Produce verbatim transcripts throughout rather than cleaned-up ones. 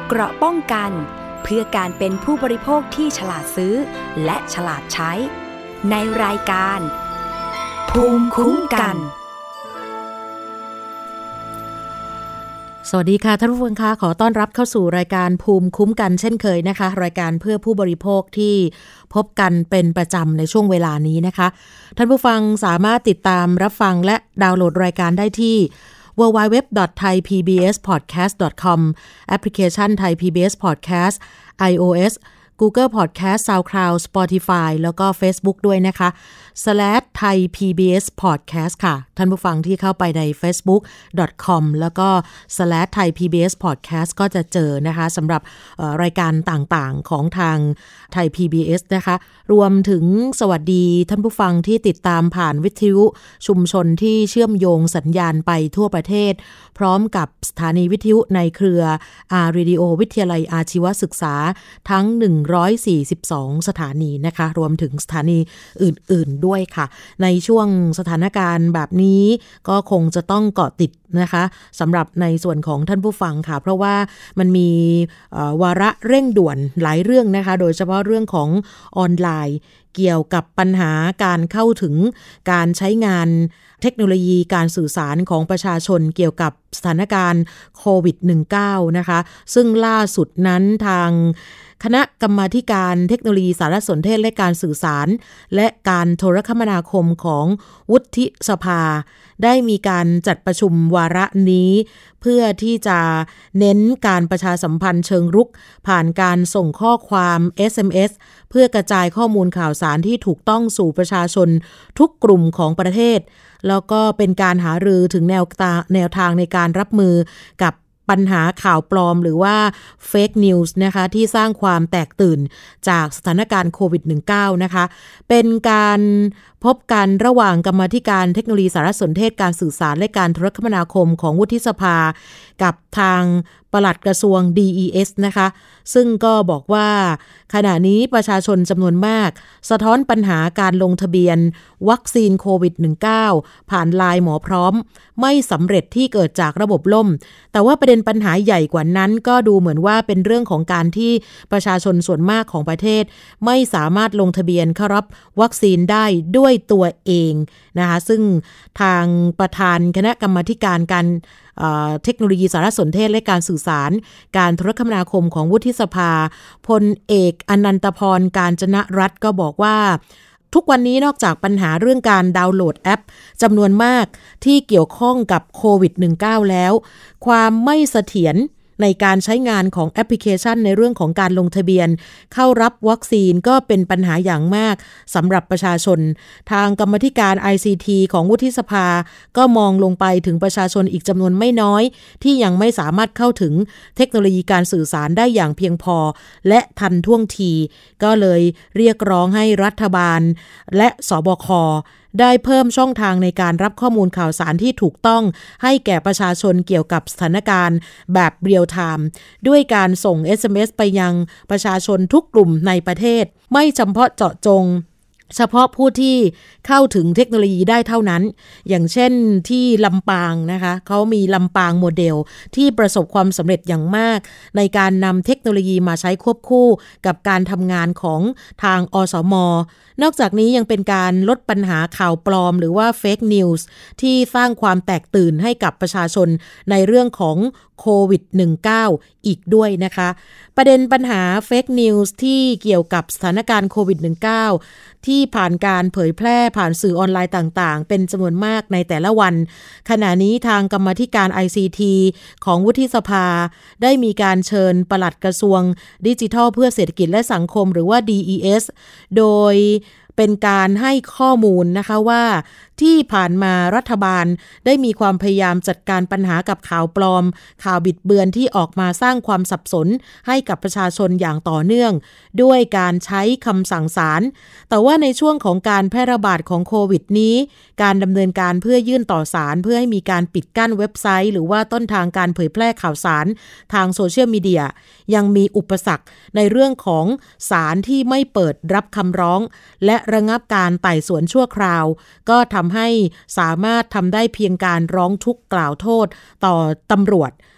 เกราะป้องกันเพื่อการเป็นผู้บริโภคที่ฉลาดซื้อและฉลาดใช้ในรายการภูมิคุ้มกันสวัสดีค่ะท่านผู้ฟังคะขอต้อนรับเข้าสู่รายการภูมิคุ้มกันเช่นเคยนะคะรายการเพื่อผู้บริโภคที่พบกันเป็นประจำในช่วงเวลานี้นะคะท่านผู้ฟังสามารถติดตามรับฟังและดาวน์โหลดรายการได้ที่ ดับเบิลยู ดับเบิลยู ดับเบิลยู ดอท ไทย พี บี เอส พอดแคสต์ ดอท คอม แอปพลิเคชัน Thai พี บี เอส Podcast iOS Google Podcast SoundCloud Spotify แล้วก็ Facebook ด้วยนะคะ slash Thai พี บี เอส Podcast ค่ะท่านผู้ฟังที่เข้าไปใน เฟซบุ๊ก ดอท คอม แล้วก็ slash Thai พี บี เอส Podcast ก็จะเจอนะคะสำหรับรายการต่างๆของทาง Thai พี บี เอส นะคะรวมถึงสวัสดีท่านผู้ฟังที่ติดตามผ่านวิทยุชุมชนที่เชื่อมโยงสัญญาณไปทั่วประเทศพร้อมกับสถานีวิทยุในเครือ R Radio วิทยาลัยอาชีวศึกษาทั้งหนึ่งร้อยสี่สิบสองสถานีนะคะรวมถึงสถานีอื่นๆด้วยค่ะในช่วงสถานการณ์แบบนี้ก็คงจะต้องเกาะติดนะคะสำหรับในส่วนของท่านผู้ฟังค่ะเพราะว่ามันมีวาระเร่งด่วนหลายเรื่องนะคะโดยเฉพาะเรื่องของออนไลน์เกี่ยวกับปัญหาการเข้าถึงการใช้งานเทคโนโลยีการสื่อสารของประชาชนเกี่ยวกับสถานการณ์โควิด สิบเก้า นะคะซึ่งล่าสุดนั้นทางคณะกรรมาธิการเทคโนโลยีสารสนเทศและการสื่อสารและการโทรคมนาคมของวุฒิสภาได้มีการจัดประชุมวาระนี้เพื่อที่จะเน้นการประชาสัมพันธ์เชิงรุกผ่านการส่งข้อความ เอส เอ็ม เอส เพื่อกระจายข้อมูลข่าวสารที่ถูกต้องสู่ประชาชนทุกกลุ่มของประเทศแล้วก็เป็นการหารือถึงแนวแนวทางในการรับมือกับปัญหาข่าวปลอมหรือว่าเฟคนิวส์นะคะที่สร้างความแตกตื่นจากสถานการณ์โควิด สิบเก้า นะคะเป็นการพบกันระหว่างกรรมาธิการเทคโนโลยีสารสนเทศการสื่อสารและการโทรคมนาคมของวุฒิสภากับทางปลัดกระทรวง ดี อี เอส นะคะซึ่งก็บอกว่าขณะนี้ประชาชนจำนวนมากสะท้อนปัญหาการลงทะเบียนวัคซีนโควิด สิบเก้า ผ่านไลน์หมอพร้อมไม่สำเร็จที่เกิดจากระบบล่มแต่ว่าประเด็นปัญหาใหญ่กว่านั้นก็ดูเหมือนว่าเป็นเรื่องของการที่ประชาชนส่วนมากของประเทศไม่สามารถลงทะเบียนเข้ารับวัคซีนได้ด้วยตัวเองนะคะซึ่งทางประธานคณะกรรมาธิการการเทคโนโลยีสารสนเทศและการสื่อสารการโทรคมนาคมของวุฒิสภาพลเอกอนันตพรกาญจนรัตน์ก็บอกว่าทุกวันนี้นอกจากปัญหาเรื่องการดาวน์โหลดแอปจำนวนมากที่เกี่ยวข้องกับโควิด สิบเก้า แล้วความไม่เสถียรในการใช้งานของแอปพลิเคชันในเรื่องของการลงทะเบียนเข้ารับวัคซีนก็เป็นปัญหาอย่างมากสำหรับประชาชนทางกรรมาธิการ ไอ ซี ที ของวุฒิสภาก็มองลงไปถึงประชาชนอีกจำนวนไม่น้อยที่ยังไม่สามารถเข้าถึงเทคโนโลยีการสื่อสารได้อย่างเพียงพอและทันท่วงทีก็เลยเรียกร้องให้รัฐบาลและสบคได้เพิ่มช่องทางในการรับข้อมูลข่าวสารที่ถูกต้องให้แก่ประชาชนเกี่ยวกับสถานการณ์แบบเรียลไทม์ด้วยการส่ง เอส เอ็ม เอส ไปยังประชาชนทุกกลุ่มในประเทศไม่จำเพาะเจาะจงเฉพาะผู้ที่เข้าถึงเทคโนโลยีได้เท่านั้นอย่างเช่นที่ลำปางนะคะเขามีลำปางโมเดลที่ประสบความสำเร็จอย่างมากในการนำเทคโนโลยีมาใช้ควบคู่กับการทำงานของทางอสม.นอกจากนี้ยังเป็นการลดปัญหาข่าวปลอมหรือว่าเฟคนิวส์ที่สร้างความแตกตื่นให้กับประชาชนในเรื่องของโควิด สิบเก้า อีกด้วยนะคะประเด็นปัญหาเฟคนิวส์ที่เกี่ยวกับสถานการณ์โควิด สิบเก้า ที่ผ่านการเผยแพร่ผ่านสื่อออนไลน์ต่างๆเป็นจำนวนมากในแต่ละวันขณะนี้ทางกรรมาธิการ ไอ ซี ที ของวุฒิสภาได้มีการเชิญปลัดกระทรวงดิจิทัลเพื่อเศรษฐกิจและสังคมหรือว่า ดี อี เอส โดยเป็นการให้ข้อมูลนะคะว่าที่ผ่านมารัฐบาลได้มีความพยายามจัดการปัญหากับข่าวปลอมข่าวบิดเบือนที่ออกมาสร้างความสับสนให้กับประชาชนอย่างต่อเนื่องด้วยการใช้คำสั่งศาลแต่ว่าในช่วงของการแพร่ระบาดของโควิดนี้การดำเนินการเพื่อยื่นต่อศาลเพื่อให้มีการปิดกั้นเว็บไซต์หรือว่าต้นทางการเผยแพร่ข่าวสารทางโซเชียลมีเดียยังมีอุปสรรคในเรื่องของศาลที่ไม่เปิดรับคำร้องและระงับการไต่สวนชั่วคราวก็ทำให้สามารถทำได้เพียงการร้องทุกข์กล่าวโทษต่อตำรวจ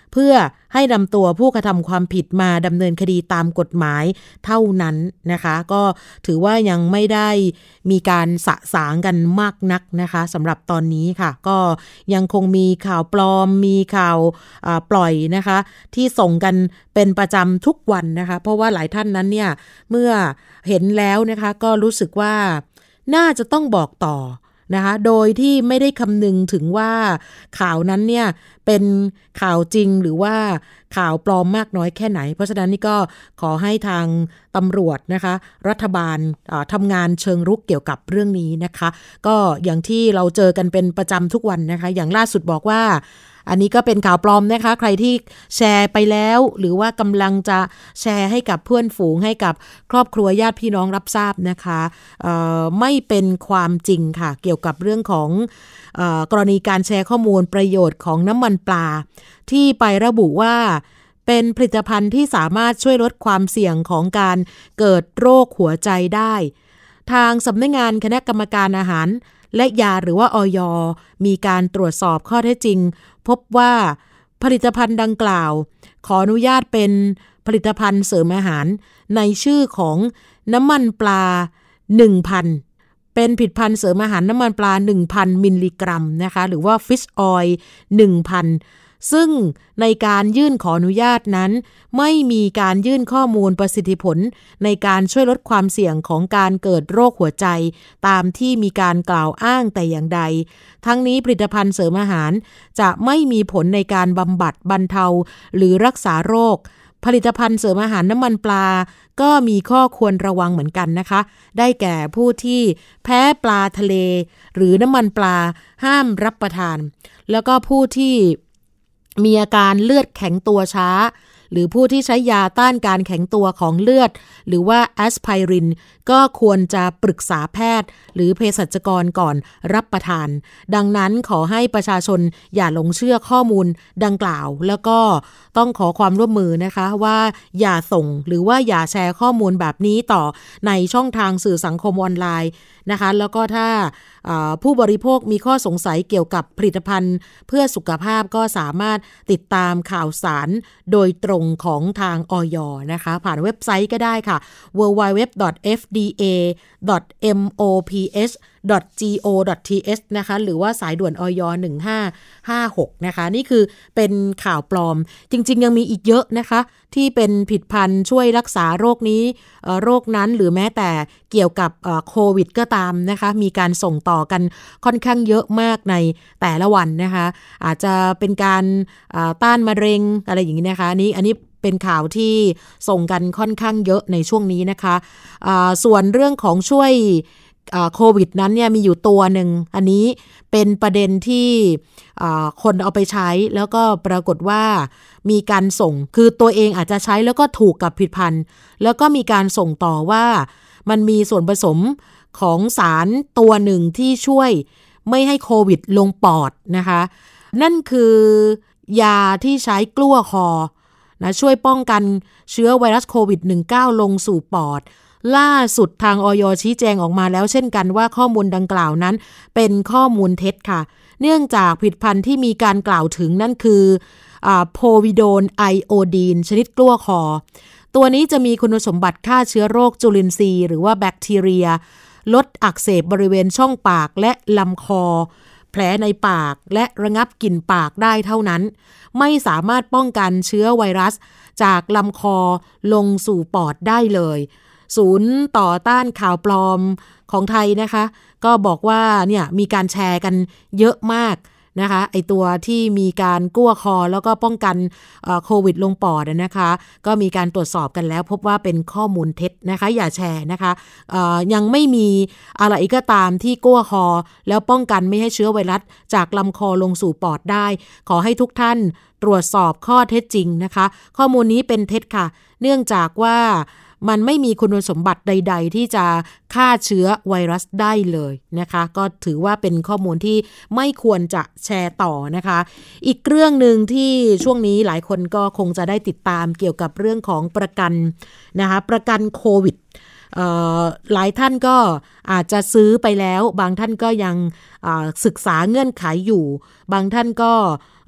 เพื่อให้นำตัวผู้กระทำความผิดมาดำเนินคดีตามกฎหมายเท่านั้นนะคะก็ถือว่ายังไม่ได้มีการสะสางกันมากนักนะคะสำหรับตอนนี้ค่ะก็ยังคงมีข่าวปลอมมีข่าวปล่อยนะคะที่ส่งกันเป็นประจำทุกวันนะคะเพราะว่าหลายท่านนั้นเนี่ยเมื่อเห็นแล้วนะคะก็รู้สึกว่าน่าจะต้องบอกต่อนะคะโดยที่ไม่ได้คำนึงถึงว่าข่าวนั้นเนี่ยเป็นข่าวจริงหรือว่าข่าวปลอมมากน้อยแค่ไหนเพราะฉะนั้นนี่ก็ขอให้ทางตำรวจนะคะรัฐบาลทำงานเชิงรุกเกี่ยวกับเรื่องนี้นะคะก็อย่างที่เราเจอกันเป็นประจำทุกวันนะคะอย่างล่าสุดบอกว่าอันนี้ก็เป็นข่าวปลอมนะคะใครที่แชร์ไปแล้วหรือว่ากำลังจะแชร์ให้กับเพื่อนฝูงให้กับครอบครัวญาติพี่น้องรับทราบนะคะไม่เป็นความจริงค่ะเกี่ยวกับเรื่องของเอ่อกรณีการแชร์ข้อมูลประโยชน์ของน้ำมันปลาที่ไประบุว่าเป็นผลิตภัณฑ์ที่สามารถช่วยลดความเสี่ยงของการเกิดโรคหัวใจได้ทางสำนักงานคณะกรรมการอาหารและยาหรือว่าอย.มีการตรวจสอบข้อเท็จจริงพบว่าผลิตภัณฑ์ดังกล่าวขออนุญาตเป็นผลิตภัณฑ์เสริมอาหารในชื่อของน้ำมันปลา หนึ่งพัน เป็นผลิตภัณฑ์เสริมอาหารน้ำมันปลา หนึ่งพัน มิลลิกรัมนะคะหรือว่า Fish Oil หนึ่งพัน ซึ่งในการยื่นขออนุญาตนั้นไม่มีการยื่นข้อมูลประสิทธิผลในการช่วยลดความเสี่ยงของการเกิดโรคหัวใจตามที่มีการกล่าวอ้างแต่อย่างใดทั้งนี้ผลิตภัณฑ์เสริมอาหารจะไม่มีผลในการบำบัดบรรเทาหรือรักษาโรคผลิตภัณฑ์เสริมอาหารน้ำมันปลาก็มีข้อควรระวังเหมือนกันนะคะได้แก่ผู้ที่แพ้ปลาทะเลหรือน้ำมันปลาห้ามรับประทานแล้วก็ผู้ที่มีอาการเลือดแข็งตัวช้าหรือผู้ที่ใช้ยาต้านการแข็งตัวของเลือดหรือว่าแอสไพรินก็ควรจะปรึกษาแพทย์หรือเภสัชกรก่อนรับประทานดังนั้นขอให้ประชาชนอย่าหลงเชื่อข้อมูลดังกล่าวแล้วก็ต้องขอความร่วมมือนะคะว่าอย่าส่งหรือว่าอย่าแชร์ข้อมูลแบบนี้ต่อในช่องทางสื่อสังคมออนไลน์นะคะแล้วก็ถ้าผู้บริโภคมีข้อสงสัยเกี่ยวกับผลิตภัณฑ์เพื่อสุขภาพก็สามารถติดตามข่าวสารโดยตรงของทางอย.นะคะผ่านเว็บไซต์ก็ได้ค่ะ ดับเบิลยู ดับเบิลยู ดับเบิลยู ดอท เอฟ ดี เอ ดอท เอ็ม โอ พี เอช ดอท จี โอ ดอท ที เอช นะคะหรือว่าสายด่วนอย.หนึ่งห้าห้าหกนะคะนี่คือเป็นข่าวปลอมจริงๆยังมีอีกเยอะนะคะที่เป็นผลิตภัณฑ์ช่วยรักษาโรคนี้โรคนั้นหรือแม้แต่เกี่ยวกับโควิดก็ตามนะคะมีการส่งต่อกันค่อนข้างเยอะมากในแต่ละวันนะคะอาจจะเป็นการต้านมะเร็งอะไรอย่างนี้นะคะนี่อันนี้เป็นข่าวที่ส่งกันค่อนข้างเยอะในช่วงนี้นะคะะส่วนเรื่องของช่วยโควิดนั้นเนี่ยมีอยู่ตัวหนึ่งอันนี้เป็นประเด็นที่คนเอาไปใช้แล้วก็ปรากฏว่ามีการส่งคือตัวเองอาจจะใช้แล้วก็ถูกกับผลิตภัณฑ์แล้วก็มีการส่งต่อว่ามันมีส่วนผสมของสารตัวหนึ่งที่ช่วยไม่ให้โควิดลงปอดนะคะนั่นคือยาที่ใช้กลั้วคอนะช่วยป้องกันเชื้อไวรัสโควิด สิบเก้า ลงสู่ปอดล่าสุดทางอย.ชี้แจงออกมาแล้วเช่นกันว่าข้อมูลดังกล่าวนั้นเป็นข้อมูลเท็จค่ะเนื่องจากผลิตภัณฑ์ที่มีการกล่าวถึงนั่นคือโพวิโดนไอโอดีนชนิดกลั้วคอตัวนี้จะมีคุณสมบัติฆ่าเชื้อโรคจุลินทรีย์หรือว่าแบคทีเรียลดอักเสบบริเวณช่องปากและลำคอแผลในปากและระงับกลิ่นปากได้เท่านั้นไม่สามารถป้องกันเชื้อไวรัสจากลำคอลงสู่ปอดได้เลยศูนย์ต่อต้านข่าวปลอมของไทยนะคะก็บอกว่าเนี่ยมีการแชร์กันเยอะมากนะคะไอตัวที่มีการกลั้วคอแล้วก็ป้องกันโควิดลงปอดนะคะก็มีการตรวจสอบกันแล้วพบว่าเป็นข้อมูลเท็จนะคะอย่าแชร์นะคะยังไม่มีอะไรก็ตามที่กลั้วคอแล้วป้องกันไม่ให้เชื้อไวรัสจากลำคอลงสู่ปอดได้ขอให้ทุกท่านตรวจสอบข้อเท็จจริงนะคะข้อมูลนี้เป็นเท็จค่ะเนื่องจากว่ามันไม่มีคุณสมบัติใดๆที่จะฆ่าเชื้อไวรัสได้เลยนะคะก็ถือว่าเป็นข้อมูลที่ไม่ควรจะแชร์ต่อนะคะอีกเรื่องนึงที่ช่วงนี้หลายคนก็คงจะได้ติดตามเกี่ยวกับเรื่องของประกันนะคะประกันโควิดหลายท่านก็อาจจะซื้อไปแล้วบางท่านก็ยังศึกษาเงื่อนไขอยู่บางท่านก็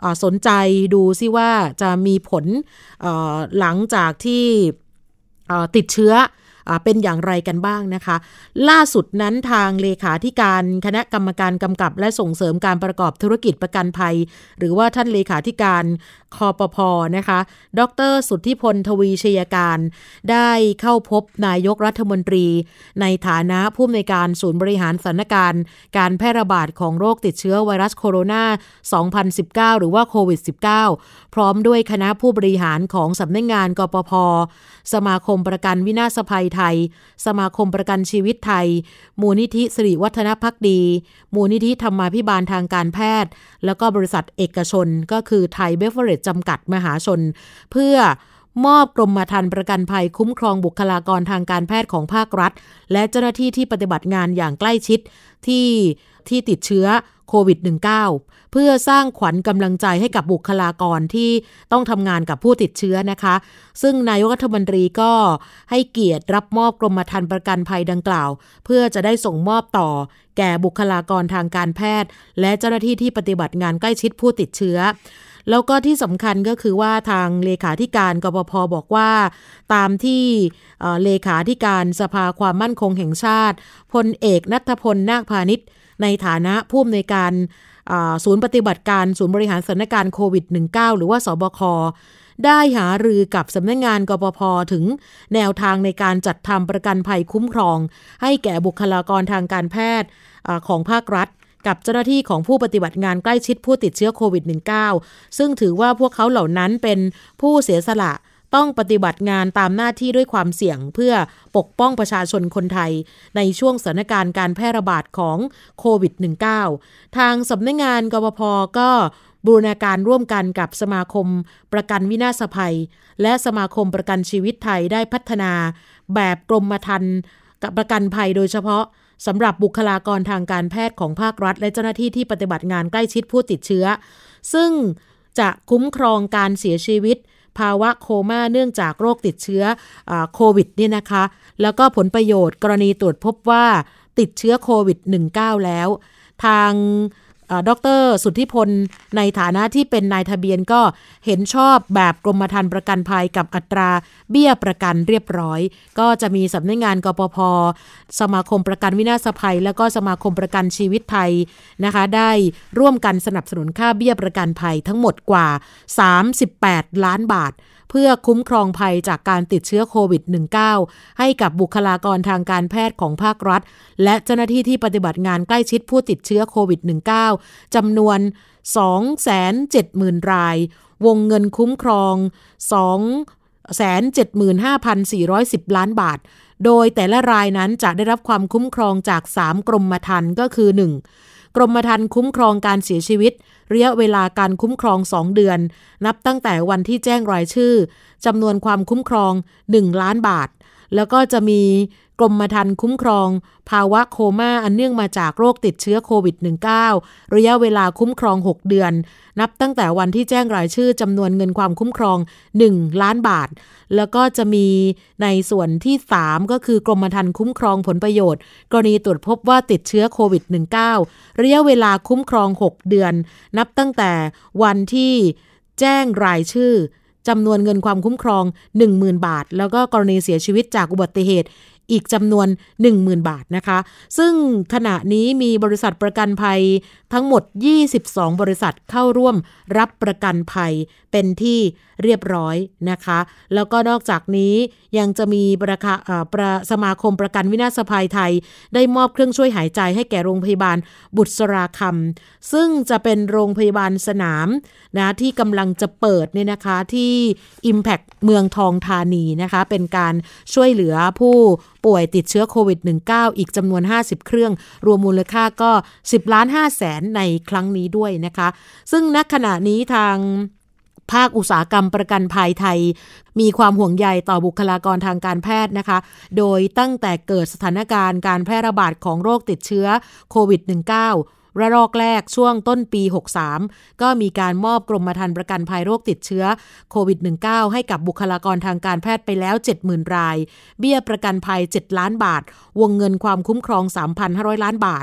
สนใจดูซิว่าจะมีผลหลังจากที่ติดเชื้อเป็นอย่างไรกันบ้างนะคะล่าสุดนั้นทางเลขาธิการคณะกรรมการกำกับและส่งเสริมการประกอบธุรกิจประกันภัยหรือว่าท่านเลขาธิการคปภ.นะคะดร.สุทธิพลทวีชัยการได้เข้าพบนายกรัฐมนตรีในฐานะผู้อำนวยการศูนย์บริหารสถานการณ์การแพร่ระบาดของโรคติดเชื้อไวรัสโคโรนา สองพันสิบเก้า หรือว่าโควิด สิบเก้า พร้อมด้วยคณะผู้บริหารของสำนักงานกปภ.สมาคมประกันวินาศภัยไทยสมาคมประกันชีวิตไทยมูลนิธิสิริวัฒนภักดีมูลนิธิธรรมาภิบาลทางการแพทย์แล้วก็บริษัทเอกชนก็คือไทยเบเวอเรจจำกัดมหาชนเพื่อมอบกรมธรรม์ประกันภัยคุ้มครองบุคลากรทางการแพทย์ของภาครัฐและเจ้าหน้าที่ที่ปฏิบัติงานอย่างใกล้ชิดที่ที่ติดเชื้อโควิด สิบเก้า เพื่อสร้างขวัญกำลังใจให้กับบุคลากรที่ต้องทำงานกับผู้ติดเชื้อนะคะซึ่งนายกรัฐมนตรีก็ให้เกียรติรับมอบกรมธรรม์ประกันภัยดังกล่าวเพื่อจะได้ส่งมอบต่อแก่บุคลากรทางการแพทย์และเจ้าหน้าที่ที่ปฏิบัติงานใกล้ชิดผู้ติดเชื้อแล้วก็ที่สำคัญก็คือว่าทางเลขาธิการกปภ.บอกว่าตามที่เลขาธิการสภาความมั่นคงแห่งชาติพลเอกณัฐพลนาคพานิชในฐานะผู้อำนวยการศูนย์ปฏิบัติการศูนย์บริหารสถานการณ์โควิด สิบเก้า หรือว่าสบคได้หารือกับสำนักงานกปภ.ถึงแนวทางในการจัดทำประกันภัยคุ้มครองให้แก่บุคลากรทางการแพทย์ของภาครัฐกับเจ้าหน้าที่ของผู้ปฏิบัติงานใกล้ชิดผู้ติดเชื้อโควิด สิบเก้า ซึ่งถือว่าพวกเขาเหล่านั้นเป็นผู้เสียสละต้องปฏิบัติงานตามหน้าที่ด้วยความเสี่ยงเพื่อปกป้องประชาชนคนไทยในช่วงสถานการณ์การแพร่ระบาดของโควิด สิบเก้า ทางสำนักงานกปภ.ก็บูรณาการร่วมกันกับสมาคมประกันวินาศภัยและสมาคมประกันชีวิตไทยได้พัฒนาแบบกรมธรรม์ประกันภัยโดยเฉพาะสำหรับบุคลากรทางการแพทย์ของภาครัฐและเจ้าหน้าที่ที่ปฏิบัติงานใกล้ชิดผู้ติดเชื้อซึ่งจะคุ้มครองการเสียชีวิตภาวะโคม่าเนื่องจากโรคติดเชื้อโควิดเนี่ยนะคะแล้วก็ผลประโยชน์กรณีตรวจพบว่าติดเชื้อโควิด สิบเก้า แล้วทางดร.สุทธิพลในฐานะที่เป็นนายทะเบียนก็เห็นชอบแบบกรมธรรม์ประกันภัยกับอัตราเบี้ยประกันเรียบร้อยก็จะมีสำนักงานกปภ.สมาคมประกันวินาศภัยแล้วก็สมาคมประกันชีวิตไทยนะคะได้ร่วมกันสนับสนุนค่าเบี้ยประกันภัยทั้งหมดกว่าสามสิบแปดล้านบาทเพื่อคุ้มครองภัยจากการติดเชื้อโควิด สิบเก้า ให้กับบุคลากรทางการแพทย์ของภาครัฐและเจ้าหน้าที่ที่ปฏิบัติงานใกล้ชิดผู้ติดเชื้อโควิด สิบเก้า จำนวน สองแสนเจ็ดหมื่น รายวงเงินคุ้มครอง สองแสนเจ็ดหมื่นห้าพันสี่ร้อยสิบ ล้านบาทโดยแต่ละรายนั้นจะได้รับความคุ้มครองจากสามกรมธรรม์ก็คือ หนึ่งกรมธรรม์คุ้มครองการเสียชีวิตระยะเวลาการคุ้มครองสองเดือนนับตั้งแต่วันที่แจ้งรายชื่อจำนวนความคุ้มครองหนึ่งล้านบาทแล้วก็จะมีกรมธรรม์คุ้มครองภาวะโคม่าอันเนื่องมาจากโรคติดเชื้อโควิด สิบเก้า ระยะเวลาคุ้มครองหกเดือนนับตั้งแต่วันที่แจ้งรายชื่อจำนวนเงินความคุ้มครองหนึ่งล้านบาทแล้วก็จะมีในส่วนที่สามก็คือกรมธรรม์คุ้มครองผลประโยชน์กรณีตรวจพบว่าติดเชื้อโควิด สิบเก้า ระยะเวลาคุ้มครองหกเดือนนับตั้งแต่วันที่แจ้งรายชื่อจำนวนเงินความคุ้มครอง หนึ่งหมื่น บาทแล้วก็กรณีเสียชีวิตจากอุบัติเหตุอีกจำนวน หนึ่งหมื่น บาทนะคะซึ่งขณะนี้มีบริษัทประกันภัยทั้งหมดยี่สิบสองบริษัทเข้าร่วมรับประกันภัยเป็นที่เรียบร้อยนะคะแล้วก็นอกจากนี้ยังจะมีประกาประสมาคมประกันวินาศภัยไทยได้มอบเครื่องช่วยหายใจให้แก่โรงพยาบาลบุษราคำซึ่งจะเป็นโรงพยาบาลสนามนะที่กำลังจะเปิดเนี่ยนะคะที่ Impact เมืองทองธานีนะคะเป็นการช่วยเหลือผู้ป่วยติดเชื้อโควิด สิบเก้า อีกจำนวนห้าสิบเครื่องรวมมูลค่าก็สิบล้านห้าแสนในครั้งนี้ด้วยนะคะซึ่งณขณะนี้ทางภาคอุตสาหกรรมประกันภัยไทยมีความห่วงใยต่อบุคลากรทางการแพทย์นะคะโดยตั้งแต่เกิดสถานการณ์การแพร่ระบาดของโรคติดเชื้อโควิด สิบเก้าระลอกแรกช่วงต้นปีหกสามก็มีการมอบกรมธรรม์ประกันภัยโรคติดเชื้อโควิด สิบเก้า ให้กับบุคลากรทางการแพทย์ไปแล้ว เจ็ดหมื่น รายเบี้ยประกันภัยเจ็ดล้านบาทวงเงินความคุ้มครอง สามพันห้าร้อย ล้านบาท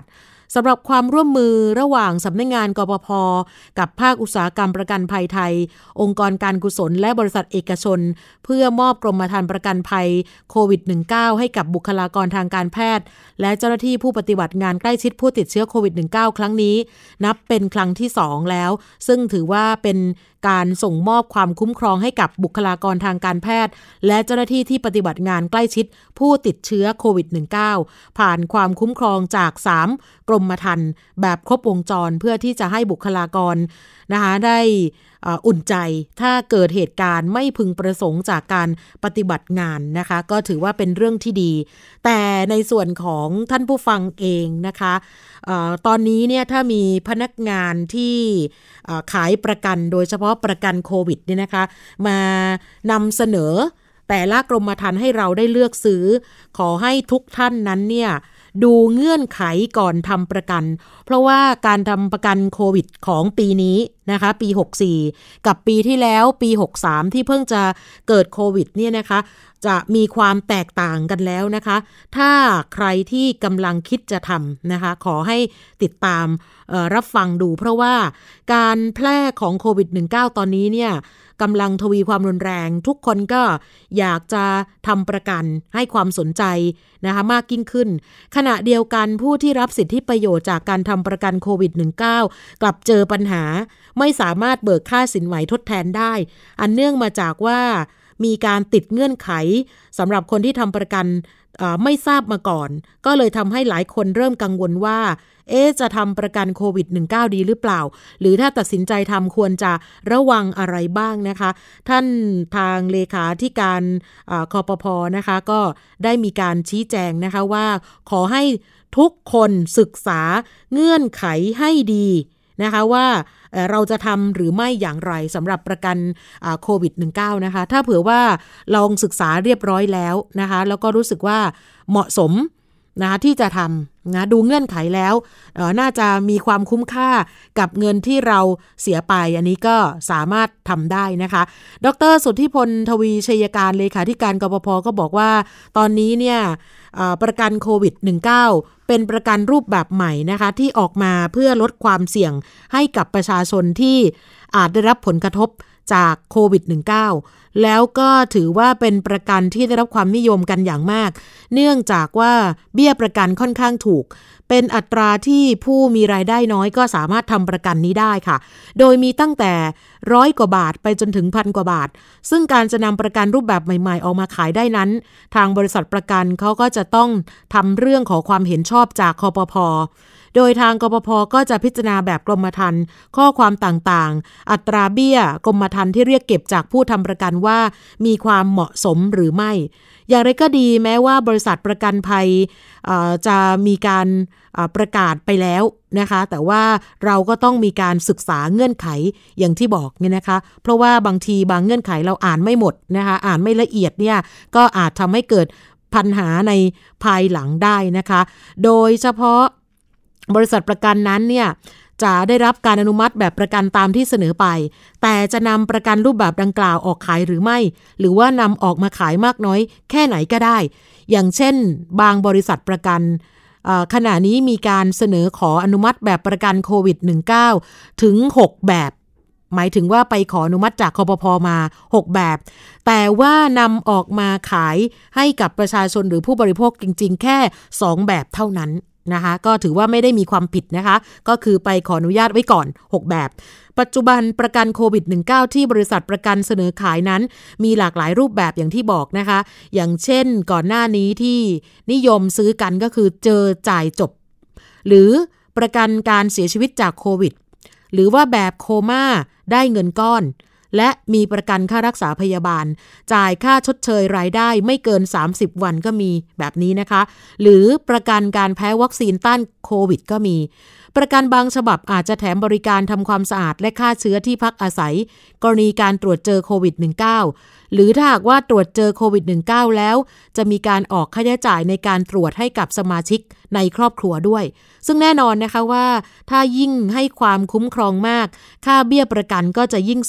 สำหรับความร่วมมือระหว่างสำนักงานกปภ.กับภาคอุตสาหกรรมประกันภัยไทยองค์กรการกุศลและบริษัทเอกชนเพื่อมอบกรมธรรม์ประกันภัยโควิด สิบเก้า ให้กับบุคลากรทางการแพทย์และเจ้าหน้าที่ผู้ปฏิบัติงานใกล้ชิดผู้ติดเชื้อโควิด สิบเก้า ครั้งนี้นับเป็นครั้งที่สองแล้วซึ่งถือว่าเป็นการส่งมอบความคุ้มครองให้กับบุคลากรทางการแพทย์และเจ้าหน้าที่ที่ปฏิบัติงานใกล้ชิดผู้ติดเชื้อโควิด สิบเก้า ผ่านความคุ้มครองจากสามกรมธรรม์แบบครบวงจรเพื่อที่จะให้บุคลากรนะคะได้อุ่นใจถ้าเกิดเหตุการณ์ไม่พึงประสงค์จากการปฏิบัติงานนะคะก็ถือว่าเป็นเรื่องที่ดีแต่ในส่วนของท่านผู้ฟังเองนะคะเอ่อตอนนี้เนี่ยถ้ามีพนักงานที่ขายประกันโดยเฉพาะประกันโควิดเนี่ยนะคะมานำเสนอแต่ละกรมธรรม์ให้เราได้เลือกซื้อขอให้ทุกท่านนั้นเนี่ยดูเงื่อนไขก่อนทำประกันเพราะว่าการทำประกันโควิดของปีนี้นะคะปีหกสี่กับปีที่แล้วปีหกสามที่เพิ่งจะเกิดโควิดเนี่ยนะคะจะมีความแตกต่างกันแล้วนะคะถ้าใครที่กำลังคิดจะทำนะคะขอให้ติดตามรับฟังดูเพราะว่าการแพร่ของโควิด สิบเก้า ตอนนี้เนี่ยกำลังทวีความรุนแรงทุกคนก็อยากจะทำประกันให้ความสนใจนะคะมากยิ่งขึ้นขณะเดียวกันผู้ที่รับสิทธิประโยชน์จากการทำประกันโควิด สิบเก้า กลับเจอปัญหาไม่สามารถเบิกค่าสินไหมทดแทนได้อันเนื่องมาจากว่ามีการติดเงื่อนไขสำหรับคนที่ทำประกันไม่ทราบมาก่อนก็เลยทำให้หลายคนเริ่มกังวลว่าเอ๊ะจะทำประกันโควิด สิบเก้า ดีหรือเปล่าหรือถ้าตัดสินใจทำควรจะระวังอะไรบ้างนะคะท่านทางเลขาธิการคปภ.นะคะก็ได้มีการชี้แจงนะคะว่าขอให้ทุกคนศึกษาเงื่อนไขให้ดีนะคะว่าเราจะทำหรือไม่อย่างไรสำหรับประกันโควิด สิบเก้า นะคะถ้าเผื่อว่าลองศึกษาเรียบร้อยแล้วนะคะแล้วก็รู้สึกว่าเหมาะสมนะคะที่จะทำนะดูเงื่อนไขแล้วน่าจะมีความคุ้มค่ากับเงินที่เราเสียไปอันนี้ก็สามารถทำได้นะคะดร.สุทธิพลทวีชัยการเลขาธิการกปภ.ก็บอกว่าตอนนี้เนี่ยประกันโควิด สิบเก้า เป็นประกันรูปแบบใหม่นะคะที่ออกมาเพื่อลดความเสี่ยงให้กับประชาชนที่อาจได้รับผลกระทบจากโควิด สิบเก้า แล้วก็ถือว่าเป็นประกันที่ได้รับความนิยมกันอย่างมากเนื่องจากว่าเบี้ยประกันค่อนข้างถูกเป็นอัตราที่ผู้มีรายได้น้อยก็สามารถทำประกันนี้ได้ค่ะโดยมีตั้งแต่ร้อยกว่าบาทไปจนถึงพันกว่าบาทซึ่งการจะนำประกันรูปแบบใหม่ๆออกมาขายได้นั้นทางบริษัทประกันเขาก็จะต้องทำเรื่องขอความเห็นชอบจากคปภ.โดยทางกปภ.ก็จะพิจารณาแบบกรมธรรม์ข้อความต่างๆอัตราเบี้ยกรมธรรม์ที่เรียกเก็บจากผู้ทำประกันว่ามีความเหมาะสมหรือไม่อย่างไรก็ดีแม้ว่าบริษัทประกันภัยจะมีการประกาศไปแล้วนะคะแต่ว่าเราก็ต้องมีการศึกษาเงื่อนไขอย่างที่บอกเนี่ยนะคะเพราะว่าบางทีบางเงื่อนไขเราอ่านไม่หมดนะคะอ่านไม่ละเอียดเนี่ยก็อาจทำให้เกิดปัญหาในภายหลังได้นะคะโดยเฉพาะบริษัทประกันนั้นเนี่ยจะได้รับการอนุมัติแบบประกันตามที่เสนอไปแต่จะนำประกันรูปแบบดังกล่าวออกขายหรือไม่หรือว่านำออกมาขายมากน้อยแค่ไหนก็ได้อย่างเช่นบางบริษัทประกันขณะนี้มีการเสนอขออนุมัติแบบประกันโควิด สิบเก้า ถึงหกแบบหมายถึงว่าไปขออนุมัติจากคปภ.มาหกแบบแต่ว่านำออกมาขายให้กับประชาชนหรือผู้บริโภคจริงๆแค่สองแบบเท่านั้นนะคะก็ถือว่าไม่ได้มีความผิดนะคะก็คือไปขออนุญาตไว้ก่อนหกแบบปัจจุบันประกันโควิด สิบเก้า ที่บริษัทประกันเสนอขายนั้นมีหลากหลายรูปแบบอย่างที่บอกนะคะอย่างเช่นก่อนหน้านี้ที่นิยมซื้อกันก็คือเจอจ่ายจบหรือประกันการเสียชีวิตจากโควิดหรือว่าแบบโคม่าได้เงินก้อนและมีประกันค่ารักษาพยาบาลจ่ายค่าชดเชยรายได้ไม่เกินสามสิบวันก็มีแบบนี้นะคะหรือประกันการแพ้วัคซีนต้านโควิดก็มีประกันบางฉบับอาจจะแถมบริการทำความสะอาดและฆ่าเชื้อที่พักอาศัยกรณีการตรวจเจอโควิด สิบเก้า หรือถ้าหากว่าตรวจเจอโควิด สิบเก้า แล้วจะมีการออกค่าใช้จ่ายในการตรวจให้กับสมาชิกในครอบครัวด้วยซึ่งแน่นอนนะคะว่าถ้ายิ่งให้ความคุ้มครองมากค่าเบี้ยประกันก็จะยิ่งสูง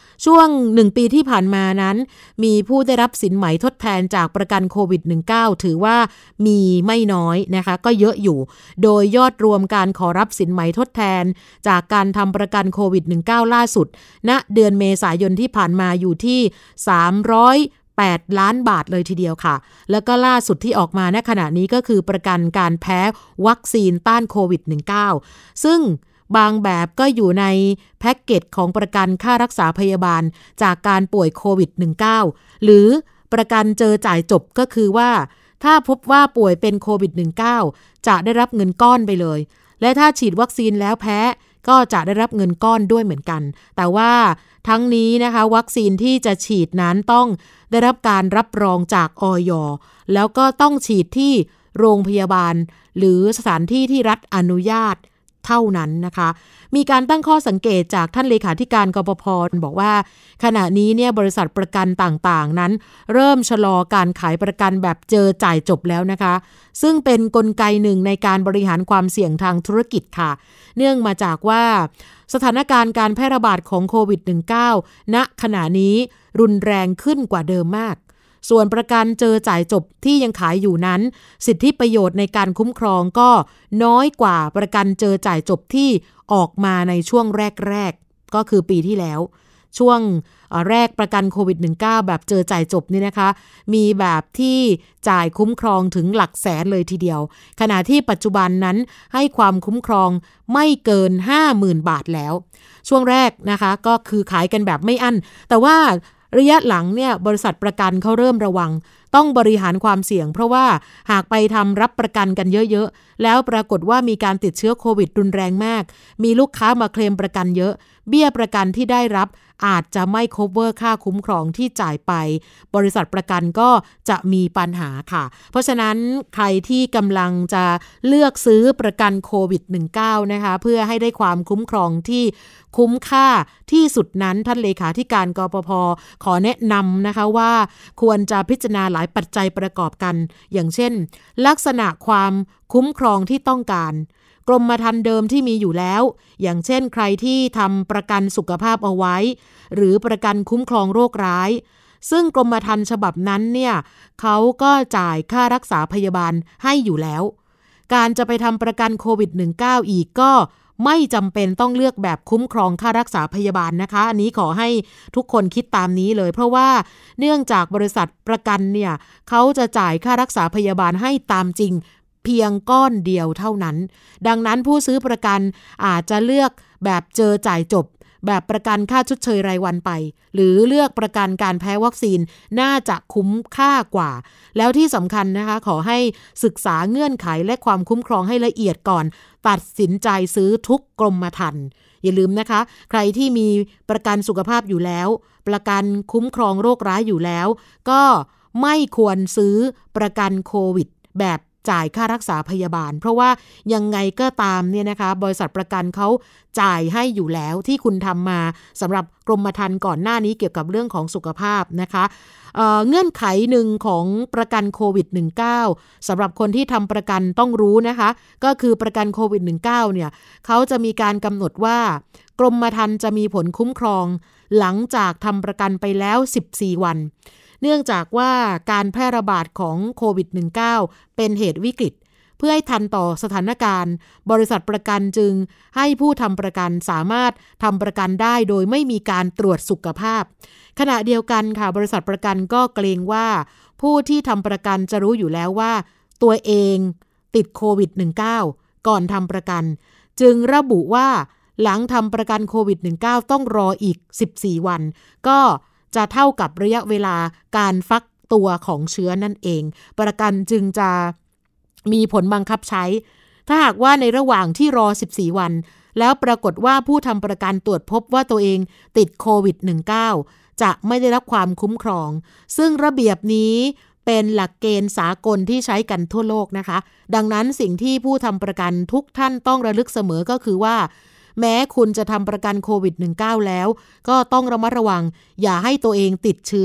ช่วงหนึ่งปีที่ผ่านมานั้นมีผู้ได้รับสินไหมทดแทนจากประกันโควิด สิบเก้า ถือว่ามีไม่น้อยนะคะก็เยอะอยู่โดยยอดรวมการขอรับสินไหมทดแทนจากการทำประกันโควิด สิบเก้า ล่าสุดณเดือนเมษายนที่ผ่านมาอยู่ที่สามร้อยแปดล้านบาทเลยทีเดียวค่ะแล้วก็ล่าสุดที่ออกมาณขณะนี้ก็คือประกันการแพ้วัคซีนต้านโควิด สิบเก้า ซึ่งบางแบบก็อยู่ในแพ็กเกจของประกันค่ารักษาพยาบาลจากการป่วยโควิด สิบเก้า หรือประกันเจอจ่ายจบก็คือว่าถ้าพบว่าป่วยเป็นโควิด สิบเก้า จะได้รับเงินก้อนไปเลยและถ้าฉีดวัคซีนแล้วแพ้ก็จะได้รับเงินก้อนด้วยเหมือนกันแต่ว่าทั้งนี้นะคะวัคซีนที่จะฉีดนั้นต้องได้รับการรับรองจากอย.แล้วก็ต้องฉีดที่โรงพยาบาลหรือสถานที่ที่รัฐอนุญาตเท่านั้นนะคะมีการตั้งข้อสังเกตจากท่านเลขาธิการกปภ.บอกว่าขณะนี้เนี่ยบริษัทประกันต่างๆนั้นเริ่มชะลอการขายประกันแบบเจอจ่ายจบแล้วนะคะซึ่งเป็นกลไกหนึ่งในการบริหารความเสี่ยงทางธุรกิจค่ะเนื่องมาจากว่าสถานการณ์การแพร่ระบาดของโควิด สิบเก้า ณขณะนี้รุนแรงขึ้นกว่าเดิมมากส่วนประกันเจอจ่ายจบที่ยังขายอยู่นั้นสิทธิประโยชน์ในการคุ้มครองก็น้อยกว่าประกันเจอจ่ายจบที่ออกมาในช่วงแรกๆก็คือปีที่แล้วช่วงแรกประกันโควิด สิบเก้า แบบเจอจ่ายจบนี่นะคะมีแบบที่จ่ายคุ้มครองถึงหลักแสนเลยทีเดียวขณะที่ปัจจุบันนั้นให้ความคุ้มครองไม่เกิน ห้าหมื่น บาทแล้วช่วงแรกนะคะก็คือขายกันแบบไม่อั้นแต่ว่าระยะหลังเนี่ยบริษัทประกันเขาเริ่มระวังต้องบริหารความเสี่ยงเพราะว่าหากไปทำรับประกันกันเยอะๆแล้วปรากฏว่ามีการติดเชื้อโควิดรุนแรงมากมีลูกค้ามาเคลมประกันเยอะเบี้ยประกันที่ได้รับอาจจะไม่ cover ค่าคุ้มครองที่จ่ายไปบริษัทประกันก็จะมีปัญหาค่ะเพราะฉะนั้นใครที่กำลังจะเลือกซื้อประกันโควิด สิบเก้า นะคะเพื่อให้ได้ความคุ้มครองที่คุ้มค่าที่สุดนั้นท่านเลขาธิการกปภ.ขอแนะนำนะคะว่าควรจะพิจารณาหลายปัจจัยประกอบกันอย่างเช่นลักษณะความคุ้มครองที่ต้องการกรมธรรม์เดิมที่มีอยู่แล้วอย่างเช่นใครที่ทำประกันสุขภาพเอาไว้หรือประกันคุ้มครองโรคร้ายซึ่งกรมธรรม์ฉบับนั้นเนี่ยเขาก็จ่ายค่ารักษาพยาบาลให้อยู่แล้วการจะไปทำประกันโควิด สิบเก้า อีกก็ไม่จำเป็นต้องเลือกแบบคุ้มครองค่ารักษาพยาบาลนะคะอันนี้ขอให้ทุกคนคิดตามนี้เลยเพราะว่าเนื่องจากบริษัทประกันเนี่ยเขาจะจ่ายค่ารักษาพยาบาลให้ตามจริงเพียงก้อนเดียวเท่านั้นดังนั้นผู้ซื้อประกันอาจจะเลือกแบบเจอจ่ายจบแบบประกันค่าชดเชยรายวันไปหรือเลือกประกันการแพ้วัคซีนน่าจะคุ้มค่ากว่าแล้วที่สำคัญนะคะขอให้ศึกษาเงื่อนไขและความคุ้มครองให้ละเอียดก่อนตัดสินใจซื้อทุกกรมธรรม์อย่าลืมนะคะใครที่มีประกันสุขภาพอยู่แล้วประกันคุ้มครองโรคร้ายอยู่แล้วก็ไม่ควรซื้อประกันโควิดแบบจ่ายค่ารักษาพยาบาลเพราะว่ายังไงก็ตามเนี่ยนะคะบริษัทประกันเขาจ่ายให้อยู่แล้วที่คุณทำมาสำหรับกรมธรรม์ก่อนหน้านี้เกี่ยวกับเรื่องของสุขภาพนะคะเอ่อเงื่อนไขหนึ่งของประกันโควิด สิบเก้า สำหรับคนที่ทำประกันต้องรู้นะคะก็คือประกันโควิด สิบเก้า เนี่ยเขาจะมีการกำหนดว่ากรมธรรม์จะมีผลคุ้มครองหลังจากทำประกันไปแล้วสิบสี่วันเนื่องจากว่าการแพร่ระบาดของโควิด สิบเก้า เป็นเหตุวิกฤตเพื่อให้ทันต่อสถานการณ์บริษัทประกันจึงให้ผู้ทำประกันสามารถทำประกันได้โดยไม่มีการตรวจสุขภาพขณะเดียวกันค่ะบริษัทประกันก็เกรงว่าผู้ที่ทำประกันจะรู้อยู่แล้วว่าตัวเองติดโควิด สิบเก้า ก่อนทำประกันจึงระบุว่าหลังทำประกันโควิด สิบเก้า ต้องรออีกสิบสี่วันก็จะเท่ากับระยะเวลาการฟักตัวของเชื้อนั่นเองประกันจึงจะมีผลบังคับใช้ถ้าหากว่าในระหว่างที่รอสิบสี่วันแล้วปรากฏว่าผู้ทำประกันตรวจพบว่าตัวเองติดโควิด สิบเก้า จะไม่ได้รับความคุ้มครองซึ่งระเบียบนี้เป็นหลักเกณฑ์สากลที่ใช้กันทั่วโลกนะคะดังนั้นสิ่งที่ผู้ทำประกันทุกท่านต้องระลึกเสมอก็คือว่าแม้คุณจะทำประกันโควิด สิบเก้า แล้วก็ต้องระมัดระวังอย่าให้ตัวเองติดเชื้อ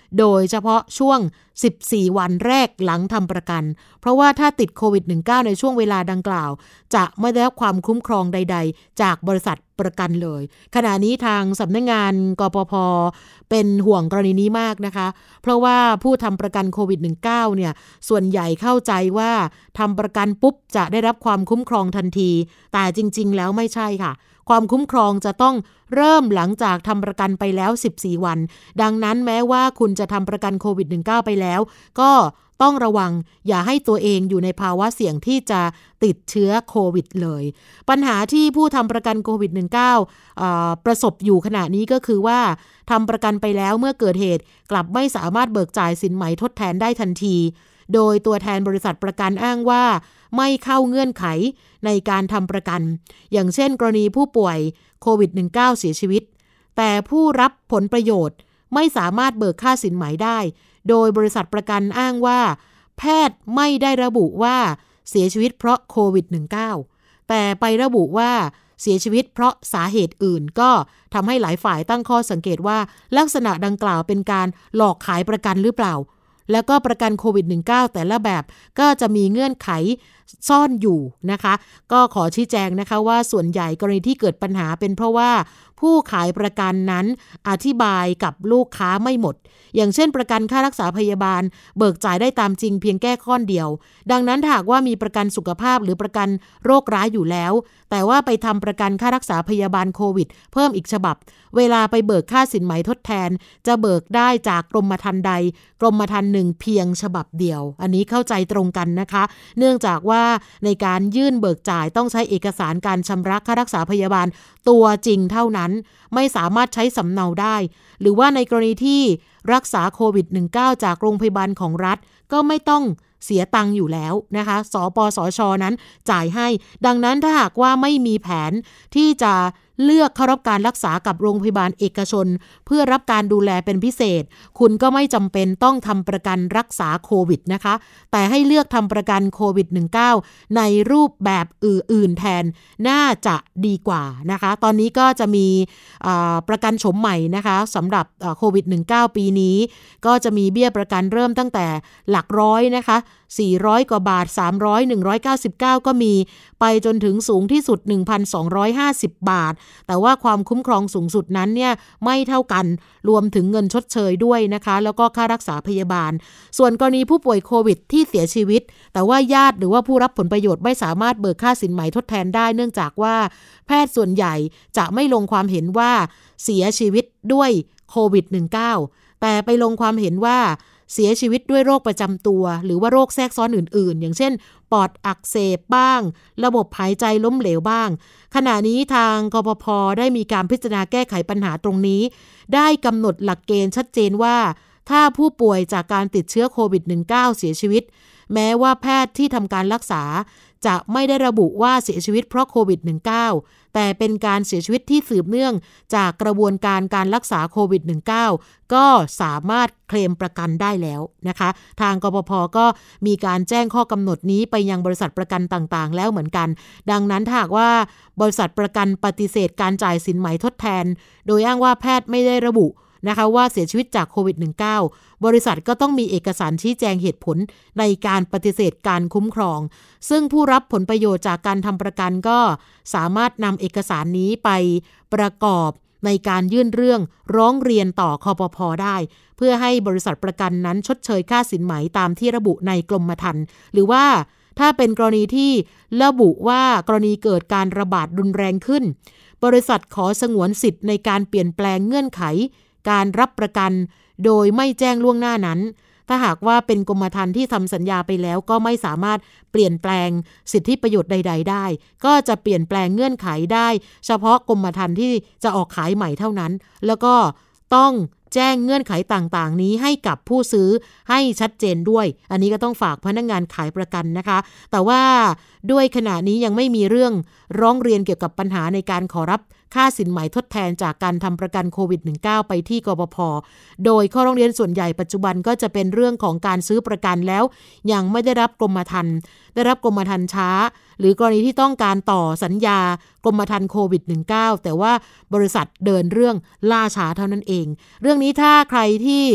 โดยเฉพาะช่วงสิบสี่วันแรกหลังทำประกันเพราะว่าถ้าติดโควิด สิบเก้า ในช่วงเวลาดังกล่าวจะไม่ได้รับความคุ้มครองใดๆจากบริษัทประกันเลยขณะนี้ทางสำนักงานกปภ.เป็นห่วงกรณีนี้มากนะคะเพราะว่าผู้ทำประกันโควิด สิบเก้า เนี่ยส่วนใหญ่เข้าใจว่าทำประกันปุ๊บจะได้รับความคุ้มครองทันทีแต่จริงๆแล้วไม่ใช่ค่ะความคุ้มครองจะต้องเริ่มหลังจากทำประกันไปแล้วสิบสี่วันดังนั้นแม้ว่าคุณจะทำประกันโควิด สิบเก้า ไปแล้วก็ต้องระวังอย่าให้ตัวเองอยู่ในภาวะเสี่ยงที่จะติดเชื้อโควิดเลยปัญหาที่ผู้ทำประกันโควิด สิบเก้า อ่าประสบอยู่ขณะนี้ก็คือว่าทำประกันไปแล้วเมื่อเกิดเหตุกลับไม่สามารถเบิกจ่ายสินไหมทดแทนได้ทันทีโดยตัวแทนบริษัทประกันอ้างว่าไม่เข้าเงื่อนไขในการทำประกันอย่างเช่นกรณีผู้ป่วยโควิด สิบเก้า เสียชีวิตแต่ผู้รับผลประโยชน์ไม่สามารถเบิกค่าสินไหมได้โดยบริษัทประกันอ้างว่าแพทย์ไม่ได้ระบุว่าเสียชีวิตเพราะโควิด สิบเก้า แต่ไประบุว่าเสียชีวิตเพราะสาเหตุอื่นก็ทำให้หลายฝ่ายตั้งข้อสังเกตว่าลักษณะดังกล่าวเป็นการหลอกขายประกันหรือเปล่าแล้วก็ประกันโควิด สิบเก้า แต่ละแบบก็จะมีเงื่อนไขซ่อนอยู่นะคะก็ขอชี้แจงนะคะว่าส่วนใหญ่กรณีที่เกิดปัญหาเป็นเพราะว่าผู้ขายประกันนั้นอธิบายกับลูกค้าไม่หมดอย่างเช่นประกันค่ารักษาพยาบาลเบิกจ่ายได้ตามจริงเพียงแค่ข้อเดียวดังนั้นหากว่ามีประกันสุขภาพหรือประกันโรคร้ายอยู่แล้วแต่ว่าไปทำประกันค่ารักษาพยาบาลโควิดเพิ่มอีกฉบับเวลาไปเบิกค่าสินไหมทดแทนจะเบิกได้จากกรมธรรม์ใดกรมธรรม์หนึ่งเพียงฉบับเดียวอันนี้เข้าใจตรงกันนะคะเนื่องจากว่าในการยื่นเบิกจ่ายต้องใช้เอกสารการชำระค่ารักษาพยาบาลตัวจริงเท่านั้นไม่สามารถใช้สำเนาได้หรือว่าในกรณีที่รักษาโควิด สิบเก้า จากโรงพยาบาลของรัฐก็ไม่ต้องเสียตังค์อยู่แล้วนะคะสปสช.นั้นจ่ายให้ดังนั้นถ้าหากว่าไม่มีแผนที่จะเลือกเข้ารับการรักษากับโรงพยาบาลเอกชนเพื่อรับการดูแลเป็นพิเศษคุณก็ไม่จำเป็นต้องทำประกันรักษาโควิดนะคะแต่ให้เลือกทำประกันโควิด สิบเก้า ในรูปแบบอื่นๆแทนน่าจะดีกว่านะคะตอนนี้ก็จะมีประกันโฉมใหม่นะคะสำหรับโควิด สิบเก้า ปีนี้ก็จะมีเบี้ยประกันเริ่มตั้งแต่หลักร้อยนะคะสี่ร้อยกว่าบาทสามร้อย หนึ่งร้อยเก้าสิบเก้าก็มีไปจนถึงสูงที่สุด หนึ่งพันสองร้อยห้าสิบ บาทแต่ว่าความคุ้มครองสูงสุดนั้นเนี่ยไม่เท่ากันรวมถึงเงินชดเชยด้วยนะคะแล้วก็ค่ารักษาพยาบาลส่วนกรณีผู้ป่วยโควิดที่เสียชีวิตแต่ว่าญาติหรือว่าผู้รับผลประโยชน์ไม่สามารถเบิกค่าสินไหมทดแทนได้เนื่องจากว่าแพทย์ส่วนใหญ่จะไม่ลงความเห็นว่าเสียชีวิตด้วยโควิด สิบเก้า แต่ไปลงความเห็นว่าเสียชีวิตด้วยโรคประจำตัวหรือว่าโรคแทรกซ้อนอื่นๆอย่างเช่นปอดอักเสบบ้างระบบหายใจล้มเหลวบ้างขณะนี้ทางกปภ.ได้มีการพิจารณาแก้ไขปัญหาตรงนี้ได้กำหนดหลักเกณฑ์ชัดเจนว่าถ้าผู้ป่วยจากการติดเชื้อโควิด สิบเก้า เสียชีวิตแม้ว่าแพทย์ที่ทำการรักษาจะไม่ได้ระบุว่าเสียชีวิตเพราะโควิด สิบเก้า แต่เป็นการเสียชีวิตที่สืบเนื่องจากกระบวนการการรักษาโควิด สิบเก้า ก็สามารถเคลมประกันได้แล้วนะคะทางกปภ.ก็มีการแจ้งข้อกำหนดนี้ไปยังบริษัทประกันต่างๆแล้วเหมือนกันดังนั้นถ้าหากว่าบริษัทประกันปฏิเสธการจ่ายสินไหมทดแทนโดยอ้างว่าแพทย์ไม่ได้ระบุนะคะว่าเสียชีวิตจากโควิด สิบเก้า บริษัทก็ต้องมีเอกสารชี้แจงเหตุผลในการปฏิเสธการคุ้มครองซึ่งผู้รับผลประโยชน์จากการทำประกันก็สามารถนำเอกสารนี้ไปประกอบในการยื่นเรื่องร้องเรียนต่อคปภ.ได้เพื่อให้บริษัทประกันนั้นชดเชยค่าสินไหมตามที่ระบุในกรมธรรม์หรือว่าถ้าเป็นกรณีที่ระบุว่ากรณีเกิดการระบาดรุนแรงขึ้นบริษัทขอสงวนสิทธิ์ในการเปลี่ยนแปลงเงื่อนไขการรับประกันโดยไม่แจ้งล่วงหน้านั้นถ้าหากว่าเป็นกรมธรรม์ที่ทำสัญญาไปแล้วก็ไม่สามารถเปลี่ยนแปลงสิทธิประโยชน์ใดๆได้ก็จะเปลี่ยนแปลงเงื่อนไขได้เฉพาะกรมธรรม์ที่จะออกขายใหม่เท่านั้นแล้วก็ต้องแจ้งเงื่อนไขต่างๆนี้ให้กับผู้ซื้อให้ชัดเจนด้วยอันนี้ก็ต้องฝากพนักงานขายประกันนะคะแต่ว่าด้วยขณะนี้ยังไม่มีเรื่องร้องเรียนเกี่ยวกับปัญหาในการขอรับค่าสินไหมทดแทนจากการทำประกันโควิด สิบเก้า ไปที่กปภ.โดยข้อร้องเรียนส่วนใหญ่ปัจจุบันก็จะเป็นเรื่องของการซื้อประกันแล้วยังไม่ได้รับกรมธรรม์ได้รับกรมธรรม์ช้าหรือกรณีที่ต้องการต่อสัญญากรมธรรม์โควิด สิบเก้า แต่ว่าบริษัทเดินเรื่องล่าช้าเท่านั้นเองเรื่องนี้ถ้าใครที่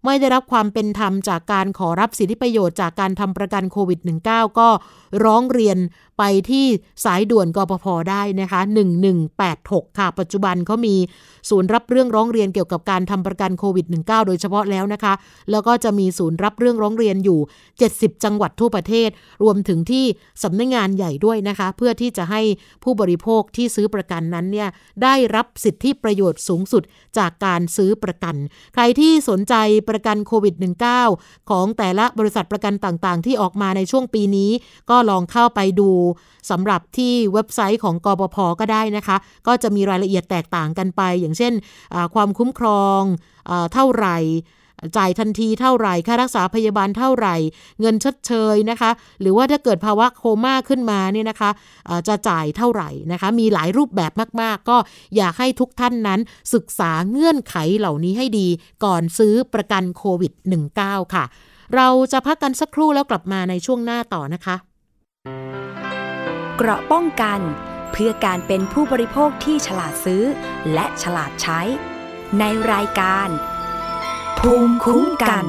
ไม่ได้รับความเป็นธรรมจากการขอรับสิทธิประโยชน์จากการทำประกันโควิด สิบเก้า ก็ร้องเรียนไปที่สายด่วนกปภ.ได้นะคะหนึ่งหนึ่งแปดหกค่ะปัจจุบันเขามีศูนย์รับเรื่องร้องเรียนเกี่ยวกับการทำประกันโควิด สิบเก้า โดยเฉพาะแล้วนะคะแล้วก็จะมีศูนย์รับเรื่องร้องเรียนอยู่เจ็ดสิบจังหวัดทั่วประเทศรวมถึงที่สำนักงานใหญ่ด้วยนะคะเพื่อที่จะให้ผู้บริโภคที่ซื้อประกันนั้นเนี่ยได้รับสิทธิประโยชน์สูงสุดจากการซื้อประกันใครที่สนใจประกันโควิด สิบเก้า ของแต่ละบริษัทประกันต่างๆที่ออกมาในช่วงปีนี้ก็ลองเข้าไปดูสำหรับที่เว็บไซต์ของกปภ.ก็ได้นะคะก็จะมีรายละเอียดแตกต่างกันไปอย่างเช่นความคุ้มครองเท่าไหร่จ่ายทันทีเท่าไหร่ค่ารักษาพยาบาลเท่าไหร่เงินชดเชยนะคะหรือว่าถ้าเกิดภาวะโคม่าขึ้นมาเนี่ยนะคะจะจ่ายเท่าไหร่นะคะมีหลายรูปแบบมากๆก็อยากให้ทุกท่านนั้นศึกษาเงื่อนไขเหล่านี้ให้ดีก่อนซื้อประกันโควิด สิบเก้า ค่ะเราจะพักกันสักครู่แล้วกลับมาในช่วงหน้าต่อนะคะเกราะป้องกันเพื่อการเป็นผู้บริโภคที่ฉลาดซื้อและฉลาดใช้ในรายการภูมิคุ้มกัน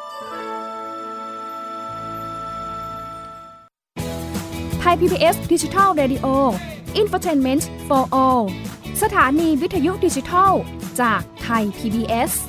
ไทย พี บี เอส Digital Radio Infotainment for All สถานีวิทยุดิจิทัลจากไทย พี บี เอส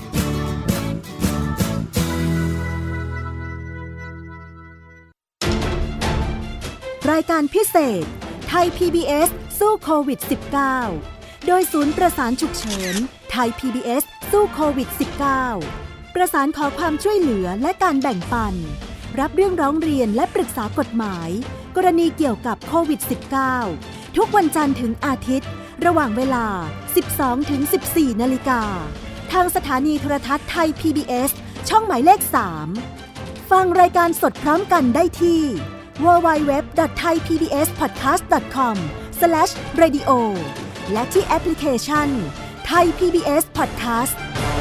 รายการพิเศษไทย พี บี เอส สู้โควิด สิบเก้า โดยศูนย์ประสานฉุกเฉินไทย พี บี เอส สู้โควิด สิบเก้า ประสานขอความช่วยเหลือและการแบ่งปันรับเรื่องร้องเรียนและปรึกษากฎหมายกรณีเกี่ยวกับโควิด สิบเก้า ทุกวันจันทร์ถึงอาทิตย์ระหว่างเวลา สิบสองถึงสิบสี่ นาฬิกาทางสถานีโทรทัศน์ไทย พี บี เอส ช่องหมายเลข สาม ฟังรายการสดพร้อมกันได้ที่ ดับเบิลยู ดับเบิลยู ดับเบิลยู ดอท ไทย พี บี เอส พอดแคสต์ ดอท คอม สแลช เรดิโอ และที่แอปพลิเคชัน Thai พี บี เอส Podcast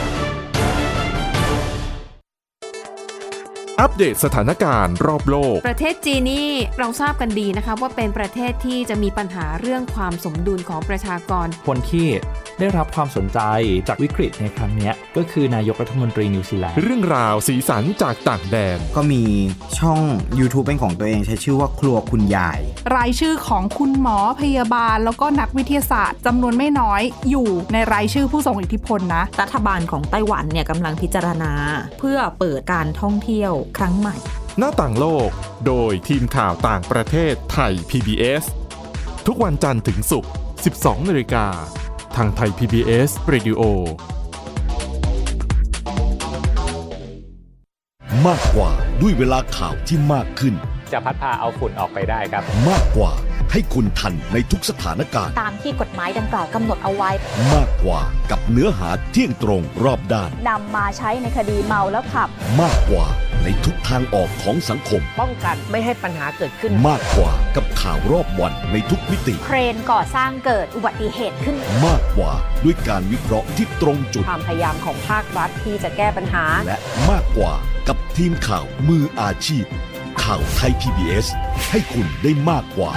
อัปเดตสถานการณ์รอบโลกประเทศจีนนี่เราทราบกันดีนะคะว่าเป็นประเทศที่จะมีปัญหาเรื่องความสมดุลของประชากรคนที่ได้รับความสนใจจากวิกฤตในครั้งนี้ก็คือนายกรัฐมนตรีนิวซีแลนด์เรื่องราวสีสันจากต่างแดนก็มีช่อง YouTube เป็นของตัวเองใช้ชื่อว่าครัวคุณยายรายชื่อของคุณหมอพยาบาลแล้วก็นักวิทยาศาสตร์จำนวนไม่น้อยอยู่ในรายชื่อผู้ทรงอิทธิพลนะรัฐบาลของไต้หวันเนี่ยกำลังพิจารณาเพื่อเปิดการท่องเที่ยวครั้งใหม่หน้าต่างโลกโดยทีมข่าวต่างประเทศไทย พี บี เอส ทุกวันจันทร์ถึงศุกร์ สิบสอง นาฬิกาทางไทย พี บี เอส Radio มากกว่าด้วยเวลาข่าวที่มากขึ้นจะพัดพาเอาฝุ่นออกไปได้ครับมากกว่าให้คุณทันในทุกสถานการณ์ตามที่กฎหมายดังกล่าวกำหนดเอาไว้มากกว่ากับเนื้อหาเที่ยงตรงรอบด้านนำมาใช้ในคดีเมาแล้วขับมากกว่าในทุกทางออกของสังคมป้องกันไม่ให้ปัญหาเกิดขึ้นมากกว่ากับข่าวรอบวันในทุกมิติเครนก่อสร้างเกิดอุบัติเหตุขึ้นมากกว่าด้วยการวิเคราะห์ที่ตรงจุดความพยายามของภาครัฐที่จะแก้ปัญหาและมากกว่ากับทีมข่าวมืออาชีพข่าวไทย พี บี เอส ให้คุณได้มากกว่า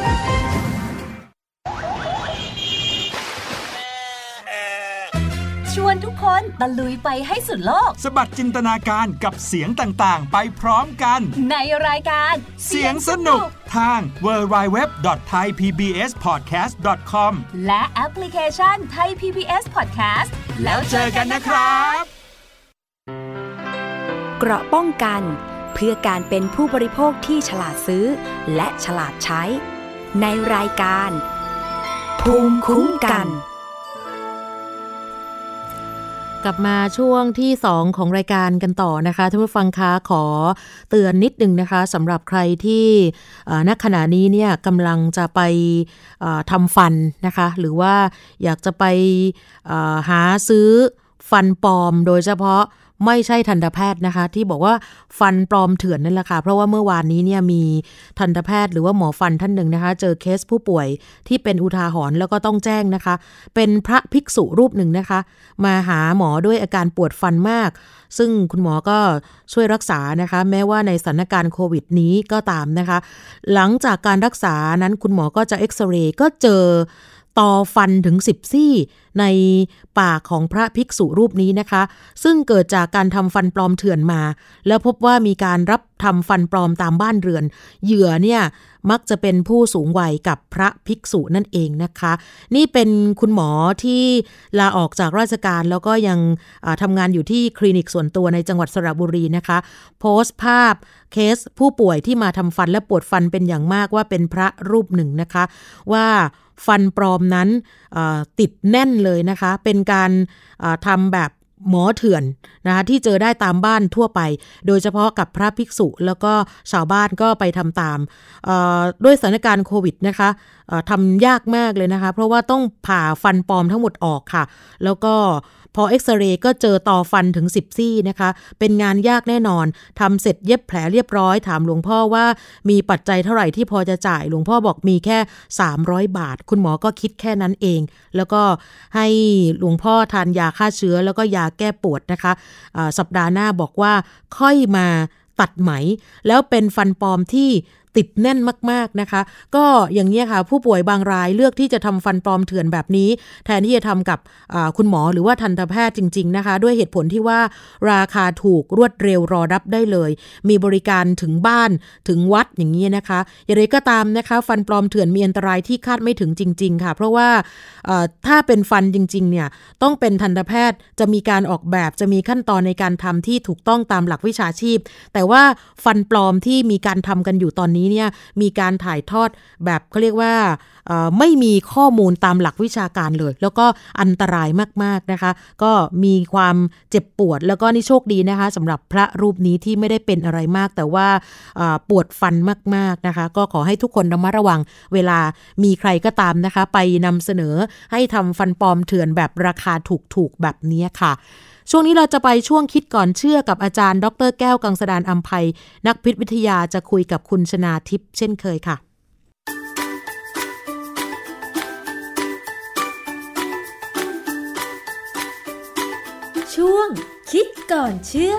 ชวนทุกคนตะลุยไปให้สุดโลกสบัดจินตนาการกับเสียงต่างๆไปพร้อมกันในรายการเสียงสนุกทาง ดับเบิลยู ดับเบิลยู ดับเบิลยู ดอท ไทย พี บี เอส พอดแคสต์ ดอท คอมและแอปพลิเคชัน Thai พี บี เอส Podcast แล้วเจอกันนะครับเกราะป้องกันเพื่อการเป็นผู้บริโภคที่ฉลาดซื้อและฉลาดใช้ในรายการภูมิคุ้มกันกลับมาช่วงที่สองของรายการกันต่อนะคะท่านผู้ฟังคะขอเตือนนิดนึงนะคะสำหรับใครที่ณขณะนี้เนี่ยกำลังจะไปทำฟันนะคะหรือว่าอยากจะไปหาซื้อฟันปลอมโดยเฉพาะไม่ใช่ทันตแพทย์นะคะที่บอกว่าฟันปลอมเถื่อนนั่นแหละค่ะเพราะว่าเมื่อวานนี้เนี่ยมีทันตแพทย์หรือว่าหมอฟันท่านหนึ่งนะคะเจอเคสผู้ป่วยที่เป็นอุทาหรณ์แล้วก็ต้องแจ้งนะคะเป็นพระภิกษุรูปหนึ่งนะคะมาหาหมอด้วยอาการปวดฟันมากซึ่งคุณหมอก็ช่วยรักษานะคะแม้ว่าในสถานการณ์โควิดนี้ก็ตามนะคะหลังจากการรักษานั้นคุณหมอก็จะเอ็กซเรย์ก็เจอต่อฟันถึงสิบซี่ในปากของพระภิกษุรูปนี้นะคะซึ่งเกิดจากการทำฟันปลอมเถื่อนมาแล้วพบว่ามีการรับทำฟันปลอมตามบ้านเรือนเหยื่อเนี่ยมักจะเป็นผู้สูงวัยกับพระภิกษุนั่นเองนะคะนี่เป็นคุณหมอที่ลาออกจากราชการแล้วก็ยังทำงานอยู่ที่คลินิกส่วนตัวในจังหวัดสระบุรีนะคะโพสต์ภาพเคสผู้ป่วยที่มาทำฟันและปวดฟันเป็นอย่างมากว่าเป็นพระรูปหนึ่งนะคะว่าฟันปลอมนั้นติดแน่นเลยนะคะเป็นการทำแบบหมอเถื่อนนะคะที่เจอได้ตามบ้านทั่วไปโดยเฉพาะกับพระภิกษุแล้วก็ชาวบ้านก็ไปทำตามด้วยสถานการณ์โควิดนะคะทำยากมากเลยนะคะเพราะว่าต้องผ่าฟันปลอมทั้งหมดออกค่ะแล้วก็พอเอ็กซเรย์ก็เจอต่อฟันถึงสิบซี่นะคะเป็นงานยากแน่นอนทำเสร็จเย็บแผลเรียบร้อยถามหลวงพ่อว่ามีปัจจัยเท่าไหร่ที่พอจะจ่ายหลวงพ่อบอกมีแค่สามร้อยบาทคุณหมอก็คิดแค่นั้นเองแล้วก็ให้หลวงพ่อทานยาฆ่าเชื้อแล้วก็ยาแก้ปวดนะคะะสัปดาห์หน้าบอกว่าค่อยมาตัดไหมแล้วเป็นฟันปลอมที่ติดแน่นมากๆนะคะก็อย่างนี้ค่ะผู้ป่วยบางรายเลือกที่จะทำฟันปลอมเถื่อนแบบนี้แทนที่จะทำกับคุณหมอหรือว่าทันตแพทย์จริงๆนะคะด้วยเหตุผลที่ว่าราคาถูกรวดเร็วรอรับได้เลยมีบริการถึงบ้านถึงวัดอย่างนี้นะคะอย่างไรก็ตามนะคะฟันปลอมเถื่อนมีอันตรายที่คาดไม่ถึงจริงๆค่ะเพราะว่าถ้าเป็นฟันจริงๆเนี่ยต้องเป็นทันตแพทย์จะมีการออกแบบจะมีขั้นตอนในการทำที่ถูกต้องตามหลักวิชาชีพแต่ว่าฟันปลอมที่มีการทำกันอยู่ตอนนี้เนี่ยมีการถ่ายทอดแบบเขาเรียกว่าไม่มีข้อมูลตามหลักวิชาการเลยแล้วก็อันตรายมากๆนะคะก็มีความเจ็บปวดแล้วก็นี่โชคดีนะคะสำหรับพระรูปนี้ที่ไม่ได้เป็นอะไรมากแต่ว่าปวดฟันมากๆนะคะก็ขอให้ทุกคนระมัดระวังเวลามีใครก็ตามนะคะไปนำเสนอให้ทำฟันปลอมเถื่อนแบบราคาถูกๆแบบนี้ค่ะช่วงนี้เราจะไปช่วงคิดก่อนเชื่อกับอาจารย์ดรแก้วกังสดาลอำไพนักพิษวิทยาจะคุยกับคุณชนาทิพย์เช่นเคยค่ะช่วงคิดก่อนเชื่อ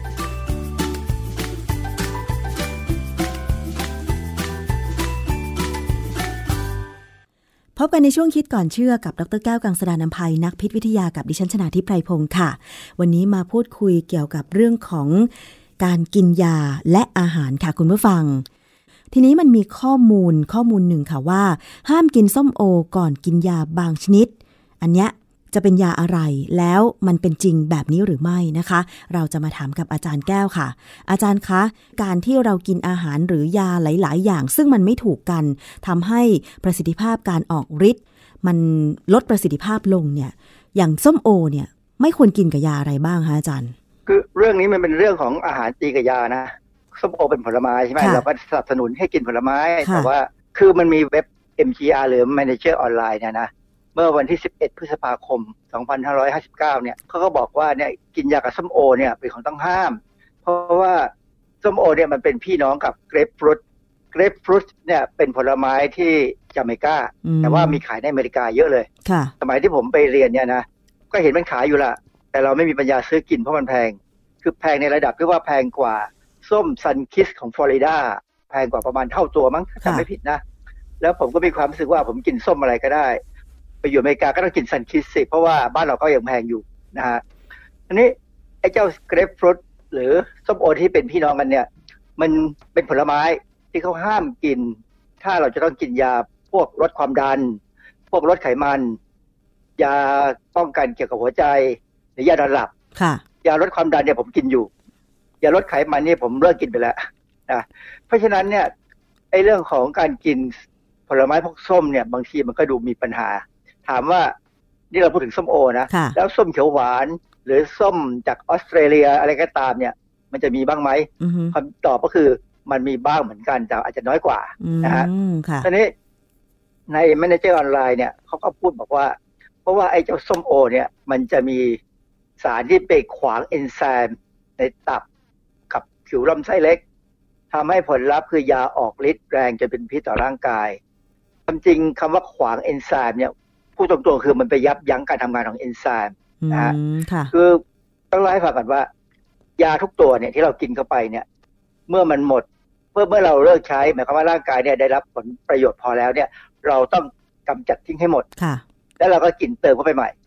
พบกันในช่วงคิดก่อนเชื่อกับดรแก้วกังสดาลอำไพนักพิษวิทยากับดิฉันชนาทิพย์ไพรพงศ์ค่ะวันนี้มาพูดคุยเกี่ยวกับเรื่องของการกินยาและอาหารค่ะคุณผู้ฟังทีนี้มันมีข้อมูลข้อมูลหนึ่งค่ะว่าห้ามกินส้มโอก่อนกินยาบางชนิดอันเนี้ยจะเป็นยาอะไรแล้วมันเป็นจริงแบบนี้หรือไม่นะคะเราจะมาถามกับอาจารย์แก้วค่ะอาจารย์คะการที่เรากินอาหารหรือยาหลายๆอย่างซึ่งมันไม่ถูกกันทำให้ประสิทธิภาพการออกฤทธิ์มันลดประสิทธิภาพลงเนี่ยอย่างส้มโอเนี่ยไม่ควรกินกับยาอะไรบ้างคะอาจารย์คือเรื่องนี้มันเป็นเรื่องของอาหารตีกับยานะส้มโอเป็นผลไม้ใช่ไหมเราก็สนับสนุนให้กินผลไม้แต่ว่าคือมันมีเว็บ เอ็ม จี อาร์ หรือ Manager ออนไลน์เนี่ยนะเมื่อวันที่สิบเอ็ดพฤษภาคมสองพันห้าร้อยห้าสิบเก้าเนี่ยเขาก็บอกว่าเนี่ยกินยากับส้มโอเนี่ยเป็นของต้องห้ามเพราะว่าส้มโอเนี่ยมันเป็นพี่น้องกับเกรปฟรุตเกรปฟรุตเนี่ยเป็นผลไม้ที่จาเมกาแต่ว่ามีขายในอเมริกาเยอะเลยสมัยที่ผมไปเรียนเนี่ยนะก็เห็นมันขายอยู่ละแต่เราไม่มีปัญญาซื้อกินเพราะมันแพงคือแพงในระดับที่ว่าแพงกว่าส้มซันคิสของฟลอริดาแพงกว่าประมาณเท่าตัวมั้งถ้าไม่ผิดนะแล้วผมก็มีความรู้สึกว่าผมกินส้มอะไรก็ได้ไปอยู่อเมริกาก็ต้องกินซันคิสสิเพราะว่าบ้านเราก็ยังแพงอยู่นะฮะอันนี้ไอ้เจ้าเกรปฟรุตหรือส้มโอที่เป็นพี่น้องกันเนี่ยมันเป็นผลไม้ที่เขาห้ามกินถ้าเราจะต้องกินยาพวกลดความดันพวกลดไขมันยาป้องกันเกี่ยวกับหัวใจหรือยานอนหลับยาลดความดันเนี่ยผมกินอยู่ยาลดไขมันเนี่ยผมเลิกกินไปแล้วนะเพราะฉะนั้นเนี่ยไอ้เรื่องของการกินผลไม้พวกส้มเนี่ยบางทีมันก็ดูมีปัญหาถามว่านี่เราพูดถึงส้มโอนะแล้วส้มเขียวหวานหรือส้มจากออสเตรเลียอะไรก็ตามเนี่ยมันจะมีบ้างไหมคำตอบก็คือมันมีบ้างเหมือนกันแต่อาจจะน้อยกว่านะฮะทีนี้ใน Manager ออนไลน์เนี่ยเขาก็พูดบอกว่าเพราะว่าไอ้เจ้าส้มโอเนี่ยมันจะมีสารที่ไปขวางเอนไซม์ในตับกับผิวลำไส้เล็กทำให้ผลลัพธ์คือยาออกฤทธิ์แรงจนเป็นพิษต่อร่างกายความจริงคำว่าขวางเอนไซม์เนี่ยพูดตรงๆคือมันไปยับยั้งการทำงานของเอนไซม์นะฮะคือต้องเล่าให้ฟังก่อนว่ายาทุกตัวเนี่ยที่เรากินเข้าไปเนี่ยเมื่อมันหมดเมื่อเมื่อเราเลิกใช้หมายความว่าร่างกายเนี่ยได้รับผลประโยชน์พอแล้วเนี่ยเราต้องกำจัดทิ้งให้หมดแล้วเราก็กินเติมเข้าไปใหม่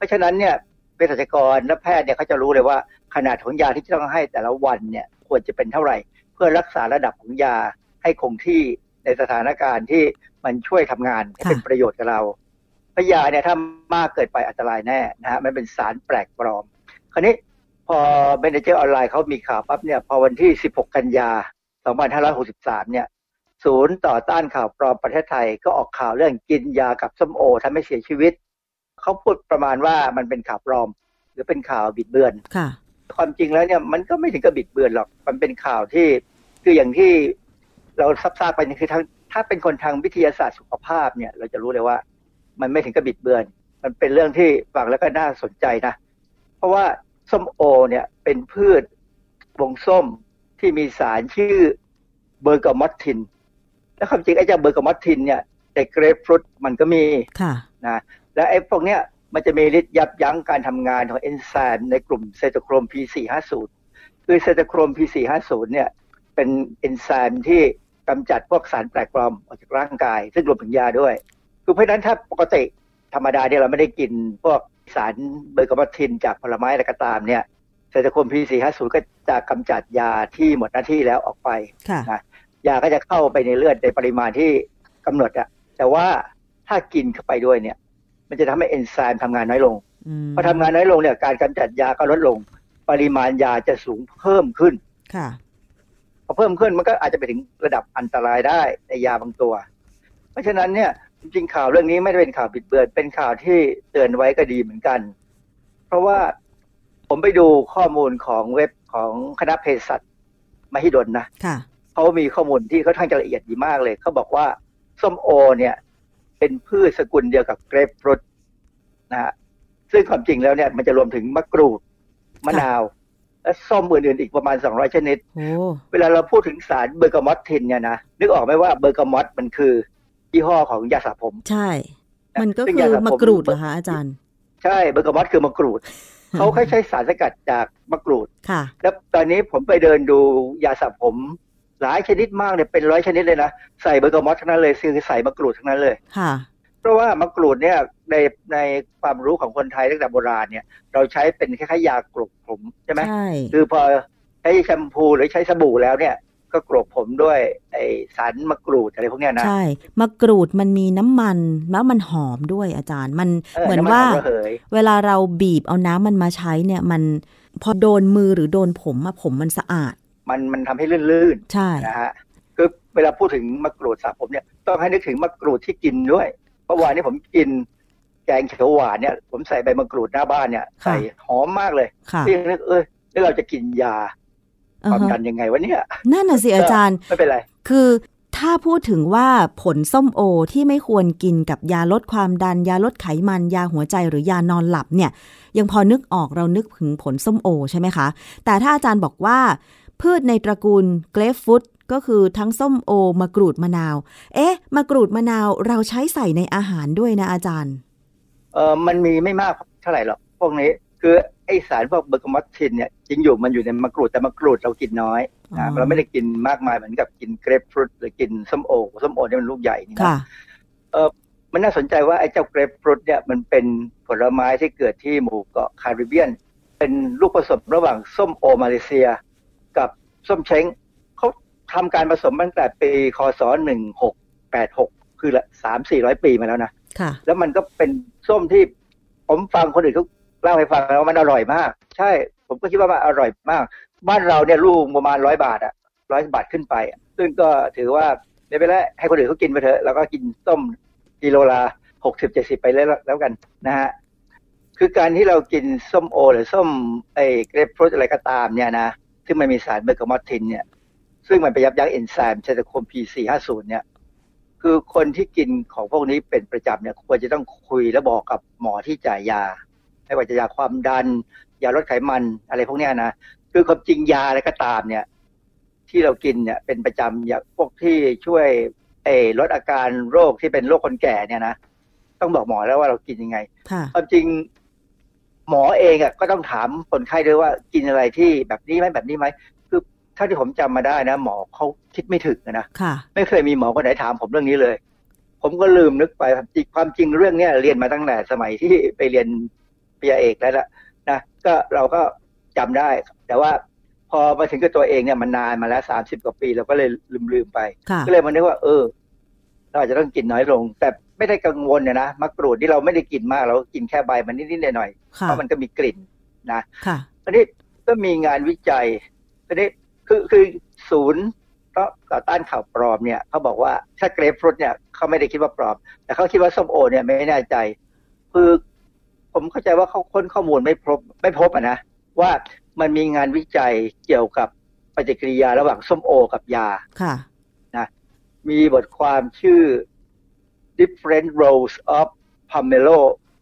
ราะฉะนั้นเนี่ยเภสัชกรและแพทย์เนี่ยเขาจะรู้เลยว่าขนาดของยาที่จะต้องให้แต่ละวันเนี่ยควรจะเป็นเท่าไหร่เพื่อรักษาระดับของยาให้คงที่ในสถานการณ์ที่มันช่วยทำงานให้เป็นประโยชน์กับเราเพราะยาเนี่ยถ้ามากเกินไปอันตรายแน่นะฮะมันเป็นสารแปลกปลอมคราวนี้พอเมเนเจอร์ออนไลน์เขามีข่าวปั๊บเนี่ยพอวันที่สิบหกกันยาสองพันห้าร้อยหกสิบสามเนี่ยศูนย์ต่อต้านข่าวปลอมประเทศไทยก็ออกข่าวเรื่องกินยากับส้มโอทำให้เสียชีวิตเขาพูดประมาณว่ามันเป็นข่าวปลอมหรือเป็นข่าวบิดเบือนค่ะความจริงแล้วเนี่ยมันก็ไม่ถึงกับบิดเบือนหรอกมันเป็นข่าวที่คืออย่างที่เราทราบๆไปคือทางถ้าเป็นคนทางวิทยาศาสตร์สุขภาพเนี่ยเราจะรู้เลยว่ามันไม่ถึงกับบิดเบือนมันเป็นเรื่องที่ฟังแล้วก็น่าสนใจนะเพราะว่าส้มโอเนี่ยเป็นพืชวงส้มที่มีสารชื่อเบอร์กามอตทินแล้วความจริงไอ้เจ้าเบอร์กามอตทินเนี่ยในเกรปฟรุตมันก็มีนะและไอ้พวกเนี้ยมันจะมีฤทธิ์ยับยั้งการทำงานของเอนไซม์ในกลุ่มไซโตโครม พี สี่ห้าศูนย์ คือไซโตโครม พี สี่ห้าศูนย์ เนี่ยเป็นเอนไซม์ที่กำจัดพวกสารแปลกปลอมออกจากร่างกายซึ่งรวมถึงยาด้วยคือเพราะฉะนั้นถ้าปกติธรรมดาเนี่ยเราไม่ได้กินพวกสารเบอร์กามอตทินจากผลไม้อะไรก็ตามเนี่ยไซโตโครม พี สี่ห้าศูนย์ ก็จะกำจัดยาที่หมดหน้าที่แล้วออกไปนะยาก็จะเข้าไปในเลือดในปริมาณที่กำหนดอะแต่ว่าถ้ากินเข้าไปด้วยเนี่ยมันจะทำให้เอนไซม์ทำงานน้อยลงพอทำงานน้อยลงเนี่ยการกำจัดยาก็ลดลงปริมาณยาจะสูงเพิ่มขึ้นพอเพิ่มขึ้นมันก็อาจจะไปถึงระดับอันตรายได้ในยาบางตัวเพราะฉะนั้นเนี่ยจริงๆข่าวเรื่องนี้ไม่ได้เป็นข่าวบิดเบือนเป็นข่าวที่เตือนไว้ก็ดีเหมือนกันเพราะว่าผมไปดูข้อมูลของเว็บของคณะเภสัชมหิดลนะเขามีข้อมูลที่ค่อนข้างจะละเอียดดีมากเลยเขาบอกว่าส้มโอเนี่ยเป็นพืชสกุลเดียวกับเกรปฟรุตนะฮะซึ่งความจริงแล้วเนี่ยมันจะรวมถึงมะกรูดมะนาวและส้มอื่นๆอีกประมาณสองร้อยชนิดเวลาเราพูดถึงสารเบอร์กามอตทินเนี่ยนะนึกออกไหมว่าเบอร์กามอตมันคือยี่ห้อของยาสระผมใช่มันก็คือมะกรูดเหรอคะอาจารย์ใช่เบอร์กามอตคือมะกรูด เขาใช้สารสกัดจากมะกรูดแล้วตอนนี้ผมไปเดินดูยาสระผมหลายชนิดมากเนี่ยเป็นร้อยชนิดเลยนะใส่เบอร์กามอตทั้งนั้นเลยคือใส่มะกรูดทั้งนั้นเลยเพราะว่ามะกรูดเนี่ยในในความรู้ของคนไทยตั้งแต่โบราณเนี่ยเราใช้เป็นคล้ายๆยากรบผมใช่ไหมคือพอใช้แชมพูหรือใช้สบู่แล้วเนี่ยก็กรบผมด้วยไอสารมะกรูดอะไรพวกเนี้ยนะใช่มะกรูดมันมีน้ำมันแล้วมันหอมด้วยอาจารย์มันเหมือนว่าเวลาเราบีบเอาน้ำมันมาใช้เนี่ยมันพอโดนมือหรือโดนผมอะผมมันสะอาดมันมันทำให้ลื่นๆใช่นะฮะคือเวลาพูดถึงมะกรูดสระผมเนี่ยต้องให้นึกถึงมะกรูดที่กินด้วยเมื่อวานนี้ผมกินแกงเขียวหวานเนี่ยผมใส่ใบมะกรูดหน้าบ้านเนี่ยใส่หอมมากเลยพี่นึกเออแล้วเราจะกินยาความดันยังไงวะเนี่ยนั่นน่ะสิอาจารย์ไม่เป็นไรคือถ้าพูดถึงว่าผลส้มโอที่ไม่ควรกินกับยาลดความดันยาลดไขมันยาหัวใจหรือยานอนหลับเนี่ยยังพอนึกออกเรานึกถึงผลส้มโอใช่ไหมคะแต่ถ้าอาจารย์บอกว่าพืชในตระกูลเกรปฟรุตก็คือทั้งส้มโอมะกรูดมะนาวเอ๊ะมะกรูดมะนาวเราใช้ใส่ในอาหารด้วยนะอาจารย์เออมันมีไม่มากเท่าไหร่หรอกพวกนี้คือไอสารพวกเบอร์กามอตทินเนี่ยจริงอยู่มันอยู่ในมะกรูดแต่มะกรูดเรากินน้อยนะเราไม่ได้กินมากมายเหมือนกับกินเกรปฟรุตหรือกินส้มโอส้มโอเนี่ยมันลูกใหญ่นี่นะเออมันน่าสนใจว่าไอ้เจ้าเกรปฟรุตเนี่ยมันเป็นผลไม้ที่เกิดที่หมู่เกาะคาริบเบียนเป็นลูกผสมระหว่างส้มโอมาเลเซียกับส้มเช้งเขาทำการผสมตั้งแต่ปีคศหนึ่งหกแปดหกคือละสามสี่ร้อยปีมาแล้วนะแล้วมันก็เป็นส้มที่ผมฟังคนอื่นเขาเล่าให้ฟังแล้วมันอร่อยมากใช่ผมก็คิดว่ามันอร่อยมากบ้านเราเนี่ยลูกประมาณร้อยบาทอะร้อยบาทขึ้นไปซึ่งก็ถือว่าไม่เป็นไรให้คนอื่นเขากินไปเถอะแล้วก็กินส้มกิโลละหกสิบเจ็ดสิบไปแล้วแล้วกันนะฮะคือการที่เรากินส้มโอหรือส้มไอ้เกรปฟรุตอะไรก็ตามเนี่ยนะซึ่งมันมีสารเบอร์กามอตทินเนี่ยซึ่งมันไปยับยั้งเอนไซม์ไซโตโครม พี สี่ห้าศูนย์ เนี่ยคือคนที่กินของพวกนี้เป็นประจำเนี่ยควรจะต้องคุยและบอกกับหมอที่จ่ายยาไม่ว่าจะยาความดันยาลดไขมันอะไรพวกนี้นะคือความจริงยาอะไรก็ตามเนี่ยที่เรากินเนี่ยเป็นประจำอย่างพวกที่ช่วยเออลดอาการโรคที่เป็นโรคคนแก่เนี่ยนะต้องบอกหมอแล้วว่าเรากินยังไงความจริงหมอเองอ่ะก็ต้องถามคนไข้ด้วยว่ากินอะไรที่แบบนี้ไหมแบบนี้ไหมคือเท่าที่ผมจำมาได้นะหมอเขาคิดไม่ถึงนะไม่เคยมีหมอคนไหนถามผมเรื่องนี้เลยผมก็ลืมนึกไปความจริงเรื่องนี้เรียนมาตั้งแต่สมัยที่ไปเรียนแพริญญาเอกแล้วนะก็เราก็จำได้แต่ว่าพอมาถึงกับตัวเองเนี่ยมันนานมาแล้วสามสิบกว่าปีเราก็เลยลืมๆไปก็เลยมันนึกว่าเออเราอาจจะต้องกินน้อยลงแต่ไม่ได้กังวลเนี่ยนะมะกรูดที่เราไม่ได้กินมากเรากินแค่ใบมันนิดๆหน่อยๆเพราะมันก็มีกลิ่นนะอันนี้ก็มีงานวิจัยอันนี้คือคือศูนย์ต่อต้านข่าวปลอมเนี่ยเขาบอกว่าถ้าเกรปฟรุตเนี่ยเขาไม่ได้คิดว่าปลอมแต่เขาคิดว่าส้มโอเนี่ยไม่แน่ใจคือผมเข้าใจว่าเขาค้นข้อมูลไม่พบไม่พบอ่ะนะว่ามันมีงานวิจัยเกี่ยวกับปฏิกิริยาระหว่างส้มโอกับยาค่ะนะมีบทความชื่อ different roles of pomelo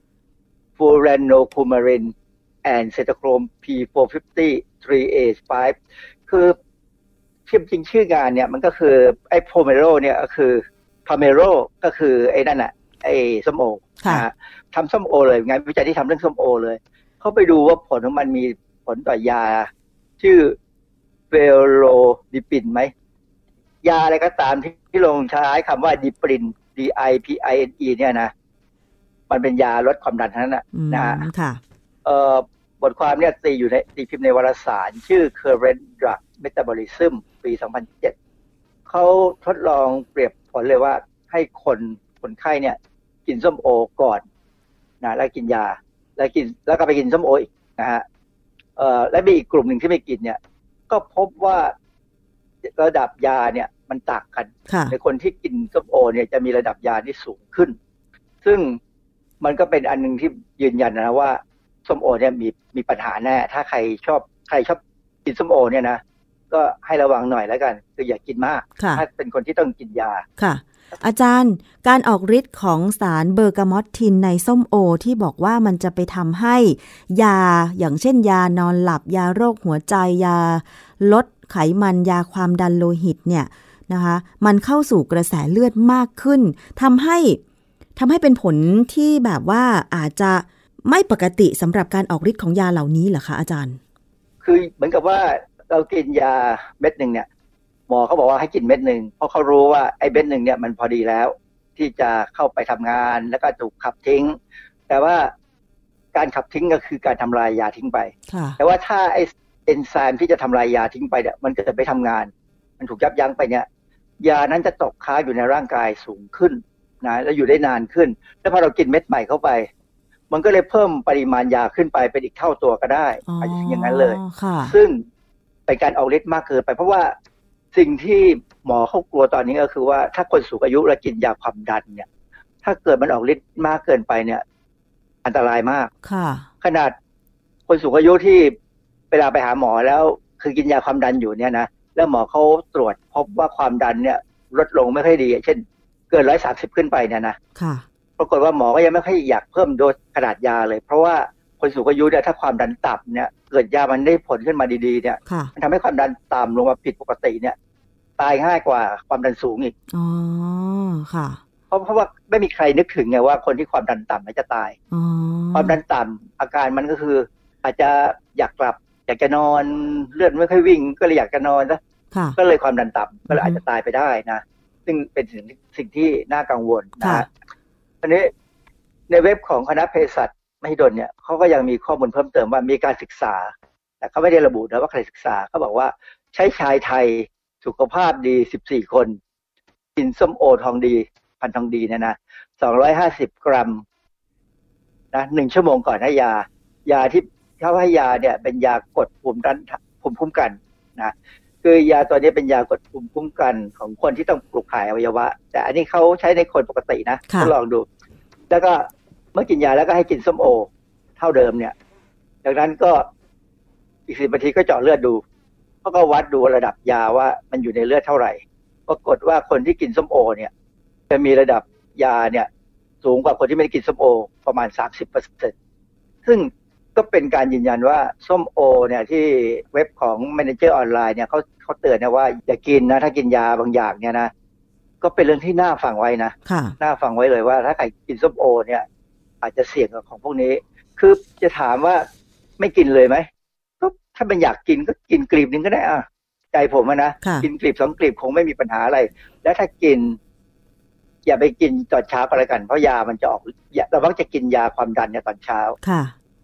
furanocumarin and cytochrome พี โฟร์ฟิฟตี้ ทรี เอ ไฟว์ คือจริงชื่องานเนี่ยมันก็คือไอ้ pomelo เนี่ยก็คือ pomelo ก็คือไอ้นั่นน่ะไอ้ส้มโอนะทำส้มโอเลยงานวิจัยที่ทำเรื่องส้มโอเลยเขาไปดูว่าผลของมันมีผลต่อยาชื่อเฟโลดิปินไหมยาอะไรก็ตามที่ที่ลงใช้คำว่าดิปริน D I P I N E เนี่ยนะมันเป็นยาลดความดันทั้งนั้นนะนะค่ะเอ่อบทความเนี่ยตีอยู่ในตีพิมพ์ในวารสารชื่อ Current Drug Metabolism ปี สองพันเจ็ดเขาทดลองเปรียบผลเลยว่าให้คนคนไข้เนี่ยกินส้มโอก่อนนะแล้วกินยาแล้วกินแล้วก็ไปกินส้มโออีกนะฮะเอ่อและมีอีกกลุ่มหนึ่งที่ไม่กินเนี่ยก็พบว่าระดับยาเนี่ยมันต่างกันในคนที่กินส้มโอเนี่ยจะมีระดับยาที่สูงขึ้นซึ่งมันก็เป็นอันนึงที่ยืนยันนะว่าส้มโอเนี่ยมีมีปัญหาแน่ถ้าใครชอบใครชอบกินส้มโอเนี่ยนะก็ให้ระวังหน่อยแล้วกันคืออย่ากินมากถ้าเป็นคนที่ต้องกินยาค่ะอาจารย์การออกฤทธิ์ของสารเบอร์กามอตทินในส้มโอที่บอกว่ามันจะไปทำให้ยาอย่างเช่นยานอนหลับยาโรคหัวใจยาลดไขมันยาความดันโลหิตเนี่ยนะคะมันเข้าสู่กระแสเลือดมากขึ้นทำให้ทำให้เป็นผลที่แบบว่าอาจจะไม่ปกติสำหรับการออกฤทธิ์ของยาเหล่านี้เหรอคะอาจารย์คือเหมือนกับว่าเรากินยาเม็ดนึงเนี่ยหมอเขาบอกว่าให้กินเม็ดหนึ่งเพราะเขารู้ว่าไอ้เม็ดหนึ่งเนี่ยมันพอดีแล้วที่จะเข้าไปทำงานแล้วก็ถูกขับทิ้งแต่ว่าการขับทิ้งก็คือการทำลายยาทิ้งไปแต่ว่าถ้าไอ้เอนไซม์ที่จะทำลายยาทิ้งไปเนี่ยมันก็จะไปทำงานมันถูกยับยั้งไปเนี่ยยานั้นจะตกค้างอยู่ในร่างกายสูงขึ้นนะแล้วอยู่ได้นานขึ้นแล้วพอเรากินเม็ดใหม่เข้าไปมันก็เลยเพิ่มปริมาณยาขึ้นไปเป็นอีกเท่าตัวก็ได้อาจจะอย่างนั้นเลยซึ่งเป็นการออกฤทธิ์มากเกินไปเพราะว่าสิ่งที่หมอเขากลัวตอนนี้ก็คือว่าถ้าคนสูงอายุแล้วกินยาความดันเนี่ยถ้าเกิดมันออกฤทธิ์มากเกินไปเนี่ยอันตรายมากขนาดคนสูงอายุที่เวลาไปหาหมอแล้วคือกินยาความดันอยู่เนี่ยนะแล้วหมอเขาตรวจพบว่าความดันเนี่ยลดลงไม่ค่อยดีเช่นเกินหนึ่งร้อยสามสิบขึ้นไปเนี่ยนะปรากฏว่าหมอก็ยังไม่ค่อยอยากเพิ่มโดสขนาดยาเลยเพราะว่าคนสูงอายุเนี่ยถ้าความดันต่ำเนี่ยเกิดยามันได้ผลขึ้นมาดีๆเนี่ยมันทำให้ความดันต่ำลงมาผิดปกติเนี่ยตายง่ายกว่าความดันสูงอีกอ๋อค่ะเพราะเพราะว่าไม่มีใครนึกถึงไงว่าคนที่ความดันต่ำจะตายความดันต่ำอาการมันก็คืออาจจะอยากกลับอยากจะนอนเลือดไม่ค่อยวิ่งก็เลยอยากจะนอนนะก็เลยความดันต่ำก็เลยอาจจะตายไปได้นะซึ่งเป็นสิ่งสิ่งที่น่ากังวลนะอันนี้ในเว็บของคณะเภสัชมหิดลเนี่ยเขาก็ยังมีข้อมูลเพิ่มเติมว่ามีการศึกษาแต่เขาไม่ได้ระบุนะว่าใครศึกษาเขาบอกว่าใช้ชายไทยสุขภาพดีสิบสี่คนกินส้มโอทองดีพันธุ์ทองดีเนี่ยนะสองร้อยห้าสิบกรัมนะหนึ่งชั่วโมงก่อนให้ยายาที่เขาให้ยาเนี่ยเป็นยากดภูมิต้านภูมิคุ้มกันนะคือยาตัวนี้เป็นยากดภูมิคุ้มกันของคนที่ต้องปลูกถ่ายอวัยวะแต่อันนี้เขาใช้ในคนปกตินะทดลองดูแล้วก็เมื่อกินยาแล้วก็ให้กินส้มโอเท่าเดิมเนี่ยจากนั้นก็อีกสิบนาทีก็เจาะเลือดดูเขาก็วัดดูระดับยาว่ามันอยู่ในเลือดเท่าไหร่ปรากฏว่าคนที่กินส้มโอเนี่ยจะมีระดับยาเนี่ยสูงกว่าคนที่ไม่ได้กินส้มโอประมาณ สามสิบเปอร์เซ็นต์ ซึ่งก็เป็นการยืนยันว่าส้มโอเนี่ยที่เว็บของ Manager ออนไลน์เนี่ยเขาเขาเตือนนะว่าอย่ากินนะถ้ากินยาบางอย่างเนี่ยนะก็เป็นเรื่องที่น่าฟังไว้นะน่าฟังไว้เลยว่าถ้าใครกินส้มโอเนี่ยอาจจะเสี่ยงกับของพวกนี้คือจะถามว่าไม่กินเลยไหมก็ถ้ามันอยากกินก็กินกลีบนึงก็ได้อ่ะใจผมนะกินกลีบสองกลีบคงไม่มีปัญหาอะไรแล้วถ้ากินอย่าไปกินตอนเช้าก็แล้วกันเพราะยามันจะออกเรามักจะกินยาความดันเนี่ยตอนเช้า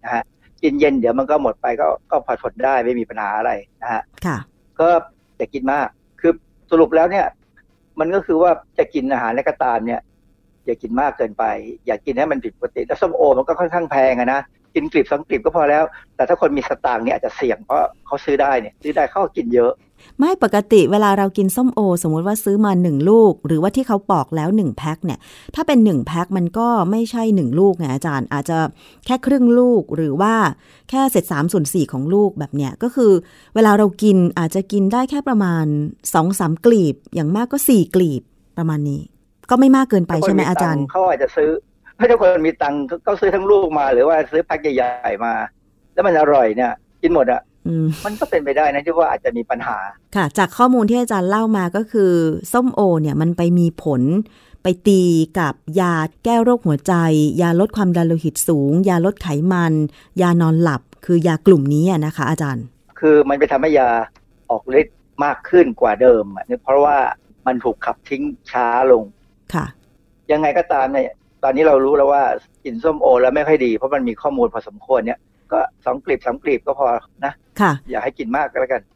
นะฮะกินเย็นเดี๋ยวมันก็หมดไปก็ก็พอทนได้ไม่มีปัญหาอะไรนะฮะค่ะก็อย่ากินมากคือสรุปแล้วเนี่ยมันก็คือว่าจะกินอาหารอะไรก็ตามเนี่ยอย่ากินมากเกินไปอย่ากินให้มันผิดปกติแล้วส้มโอมันก็ค่อนข้างแพงอะนะกินกลีบสองกลีบก็พอแล้วแต่ถ้าคนมีสตางค์เนี่ยอาจจะเสี่ยงเพราะเขาซื้อได้เนี่ยซื้อได้เขากินเยอะไม่ปกติเวลาเรากินส้มโอสมมุติว่าซื้อมาหนึ่งลูกหรือว่าที่เขาปอกแล้วหนึ่งแพ็คเนี่ยถ้าเป็นหนึ่งแพ็คมันก็ไม่ใช่หนึ่งลูกไงอาจารย์อาจจะแค่ครึ่งลูกหรือว่าแค่เศษสามส่วนสี่ของลูกแบบเนี้ยก็คือเวลาเรากินอาจจะกินได้แค่ประมาณ สองถึงสาม กลีบอย่างมากก็สี่กลีบประมาณนี้ก็ไม่มากเกินไปใช่ไหมอาจารย์เขาอาจจะซื้อถ้าคนมีตังค์ก็ซื้อทั้งลูกมาหรือว่าซื้อแพ็คใหญ่ๆมาแล้วมันอร่อยเนี่ยกินหมดอ่ะมันก็เป็นไปได้นะที่ว่าอาจจะมีปัญหาค่ะจากข้อมูลที่อาจารย์เล่ามาก็คือส้มโอเนี่ยมันไปมีผลไปตีกับยาแก้โรคหัวใจยาลดความดันโลหิตสูงยาลดไขมันยานอนหลับคือยากลุ่มนี้นะคะอาจารย์คือมันไปทำให้ยาออกฤทธิ์มากขึ้นกว่าเดิมเพราะว่ามันถูกขับทิ้งช้าลงค่ะยังไงก็ตามเนี่ยตอนนี้เรารู้แล้วว่ากินส้มโอแล้วไม่ค่อยดีเพราะมันมีข้อมูลพอสมควรเนี่ยก็สองกลีบสามกลีบก็พอนะค่ะอย่าให้กินมากก็แล้วกัน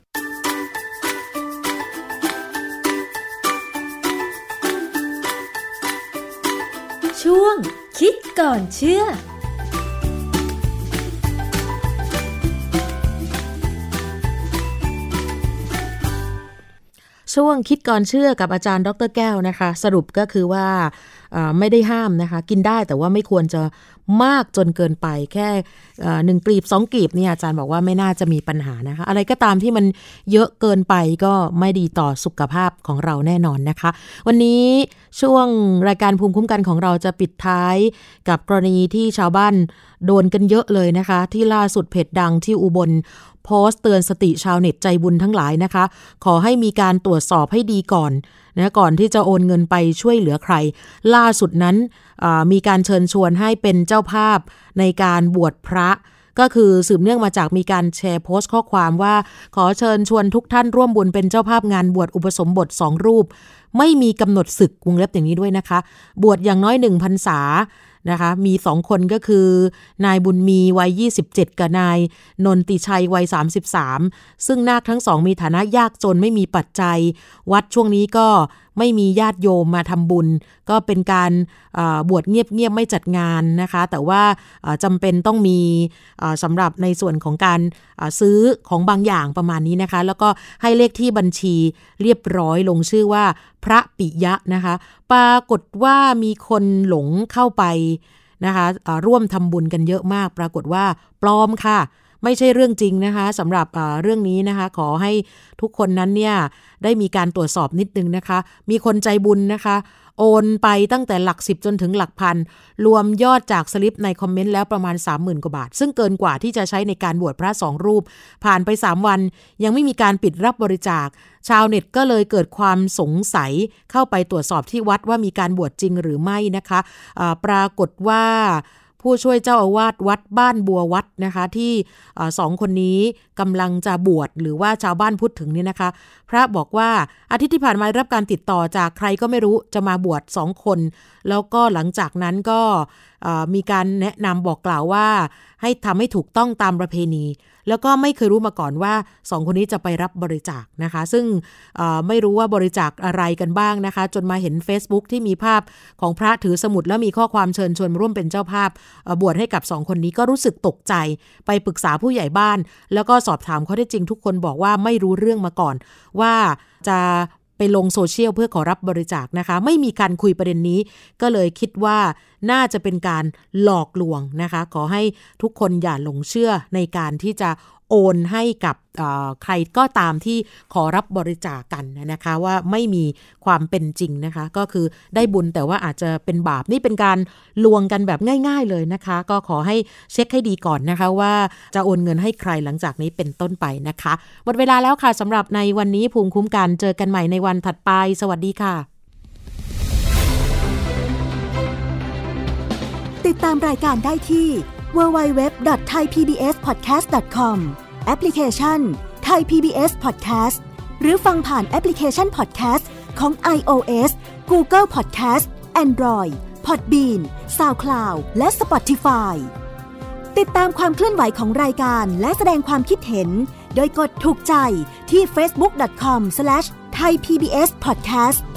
ช่วงคิดก่อนเชื่อช่วงคิดก่อนเชื่อกับอาจารย์ดร.แก้วนะคะสรุปก็คือว่าไม่ได้ห้ามนะคะกินได้แต่ว่าไม่ควรจะมากจนเกินไปแค่หนึ่งกลีบสองกลีบเนี่ยอาจารย์บอกว่าไม่น่าจะมีปัญหานะคะอะไรก็ตามที่มันเยอะเกินไปก็ไม่ดีต่อสุขภาพของเราแน่นอนนะคะวันนี้ช่วงรายการภูมิคุ้มกันของเราจะปิดท้ายกับกรณีที่ชาวบ้านโดนกันเยอะเลยนะคะที่ล่าสุดเพจดังที่อุบลโพสต์เตือนสติชาวเน็ตใจบุญทั้งหลายนะคะขอให้มีการตรวจสอบให้ดีก่อนนะก่อนที่จะโอนเงินไปช่วยเหลือใครล่าสุดนั้นมีการเชิญชวนให้เป็นเจ้าภาพในการบวชพระก็คือสืบเนื่องมาจากมีการแชร์โพสต์ข้อความว่าขอเชิญชวนทุกท่านร่วมบุญเป็นเจ้าภาพงานบวชอุปสมบทสองรูปไม่มีกำหนดศึกวงเล็บอย่างนี้ด้วยนะคะบวชอย่างน้อยหนึ่งพรรษานะคะมีสองคนก็คือนายบุญมีวัยยี่สิบเจ็ดกับนายนนติชัยวัยสามสิบสามซึ่งนาคทั้งสองมีฐานะยากจนไม่มีปัจจัยวัดช่วงนี้ก็ไม่มีญาติโยมมาทำบุญก็เป็นการบวชเงียบๆไม่จัดงานนะคะแต่ว่าจำเป็นต้องมีสำหรับในส่วนของการซื้อของบางอย่างประมาณนี้นะคะแล้วก็ให้เลขที่บัญชีเรียบร้อยลงชื่อว่าพระปิยะนะคะปรากฏว่ามีคนหลงเข้าไปนะคะร่วมทำบุญกันเยอะมากปรากฏว่าปลอมค่ะไม่ใช่เรื่องจริงนะคะสำหรับเรื่องนี้นะคะขอให้ทุกคนนั้นเนี่ยได้มีการตรวจสอบนิดนึงนะคะมีคนใจบุญนะคะโอนไปตั้งแต่หลักสิบจนถึงหลักพันรวมยอดจากสลิปในคอมเมนต์แล้วประมาณ สามหมื่น กว่าบาทซึ่งเกินกว่าที่จะใช้ในการบวชพระสองรูปผ่านไปสามวันยังไม่มีการปิดรับบริจาคชาวเน็ตก็เลยเกิดความสงสัยเข้าไปตรวจสอบที่วัดว่ามีการบวชจริงหรือไม่นะคะปรากฏว่าผู้ช่วยเจ้าอาวาสวัดบ้านบัววัดนะคะที่สองคนนี้กำลังจะบวชหรือว่าชาวบ้านพูดถึงเนี่ยนะคะพระบอกว่าอาทิตย์ที่ผ่านมาได้รับการติดต่อจากใครก็ไม่รู้จะมาบวชสองคนแล้วก็หลังจากนั้นก็มีการแนะนำบอกกล่าวว่าให้ทำให้ถูกต้องตามประเพณีแล้วก็ไม่เคยรู้มาก่อนว่าสองคนนี้จะไปรับบริจาคนะคะซึ่งไม่รู้ว่าบริจาคอะไรกันบ้างนะคะจนมาเห็น Facebook ที่มีภาพของพระถือสมุดแล้วมีข้อความเชิญชวนร่วมเป็นเจ้าภาพบวชให้กับสองคนนี้ก็รู้สึกตกใจไปปรึกษาผู้ใหญ่บ้านแล้วก็สอบถามข้อเท็จจริงทุกคนบอกว่าไม่รู้เรื่องมาก่อนว่าจะไปลงโซเชียลเพื่อขอรับบริจาคนะคะไม่มีการคุยประเด็นนี้ก็เลยคิดว่าน่าจะเป็นการหลอกลวงนะคะขอให้ทุกคนอย่าหลงเชื่อในการที่จะโอนให้กับใครก็ตามที่ขอรับบริจาคกันนะคะว่าไม่มีความเป็นจริงนะคะก็คือได้บุญแต่ว่าอาจจะเป็นบาปนี่เป็นการลวงกันแบบง่ายๆเลยนะคะก็ขอให้เช็คให้ดีก่อนนะคะว่าจะโอนเงินให้ใครหลังจากนี้เป็นต้นไปนะคะหมดเวลาแล้วค่ะสำหรับในวันนี้ภูมิคุ้มกันเจอกันใหม่ในวันถัดไปสวัสดีค่ะติดตามรายการได้ที่ ดับเบิลยู ดับเบิลยู ดับเบิลยู ดอท ไทย พี บี เอส พอดแคสต์ ดอท คอม แอปพลิเคชัน Thai พี บี เอส Podcast หรือฟังผ่านแอปพลิเคชัน Podcast ของ iOS Google Podcast Android Podbean SoundCloud และ Spotify ติดตามความเคลื่อนไหวของรายการและแสดงความคิดเห็นโดยกดถูกใจที่ เฟซบุ๊ก ดอท คอม สแลช ไทย พี บี เอส พอดแคสต์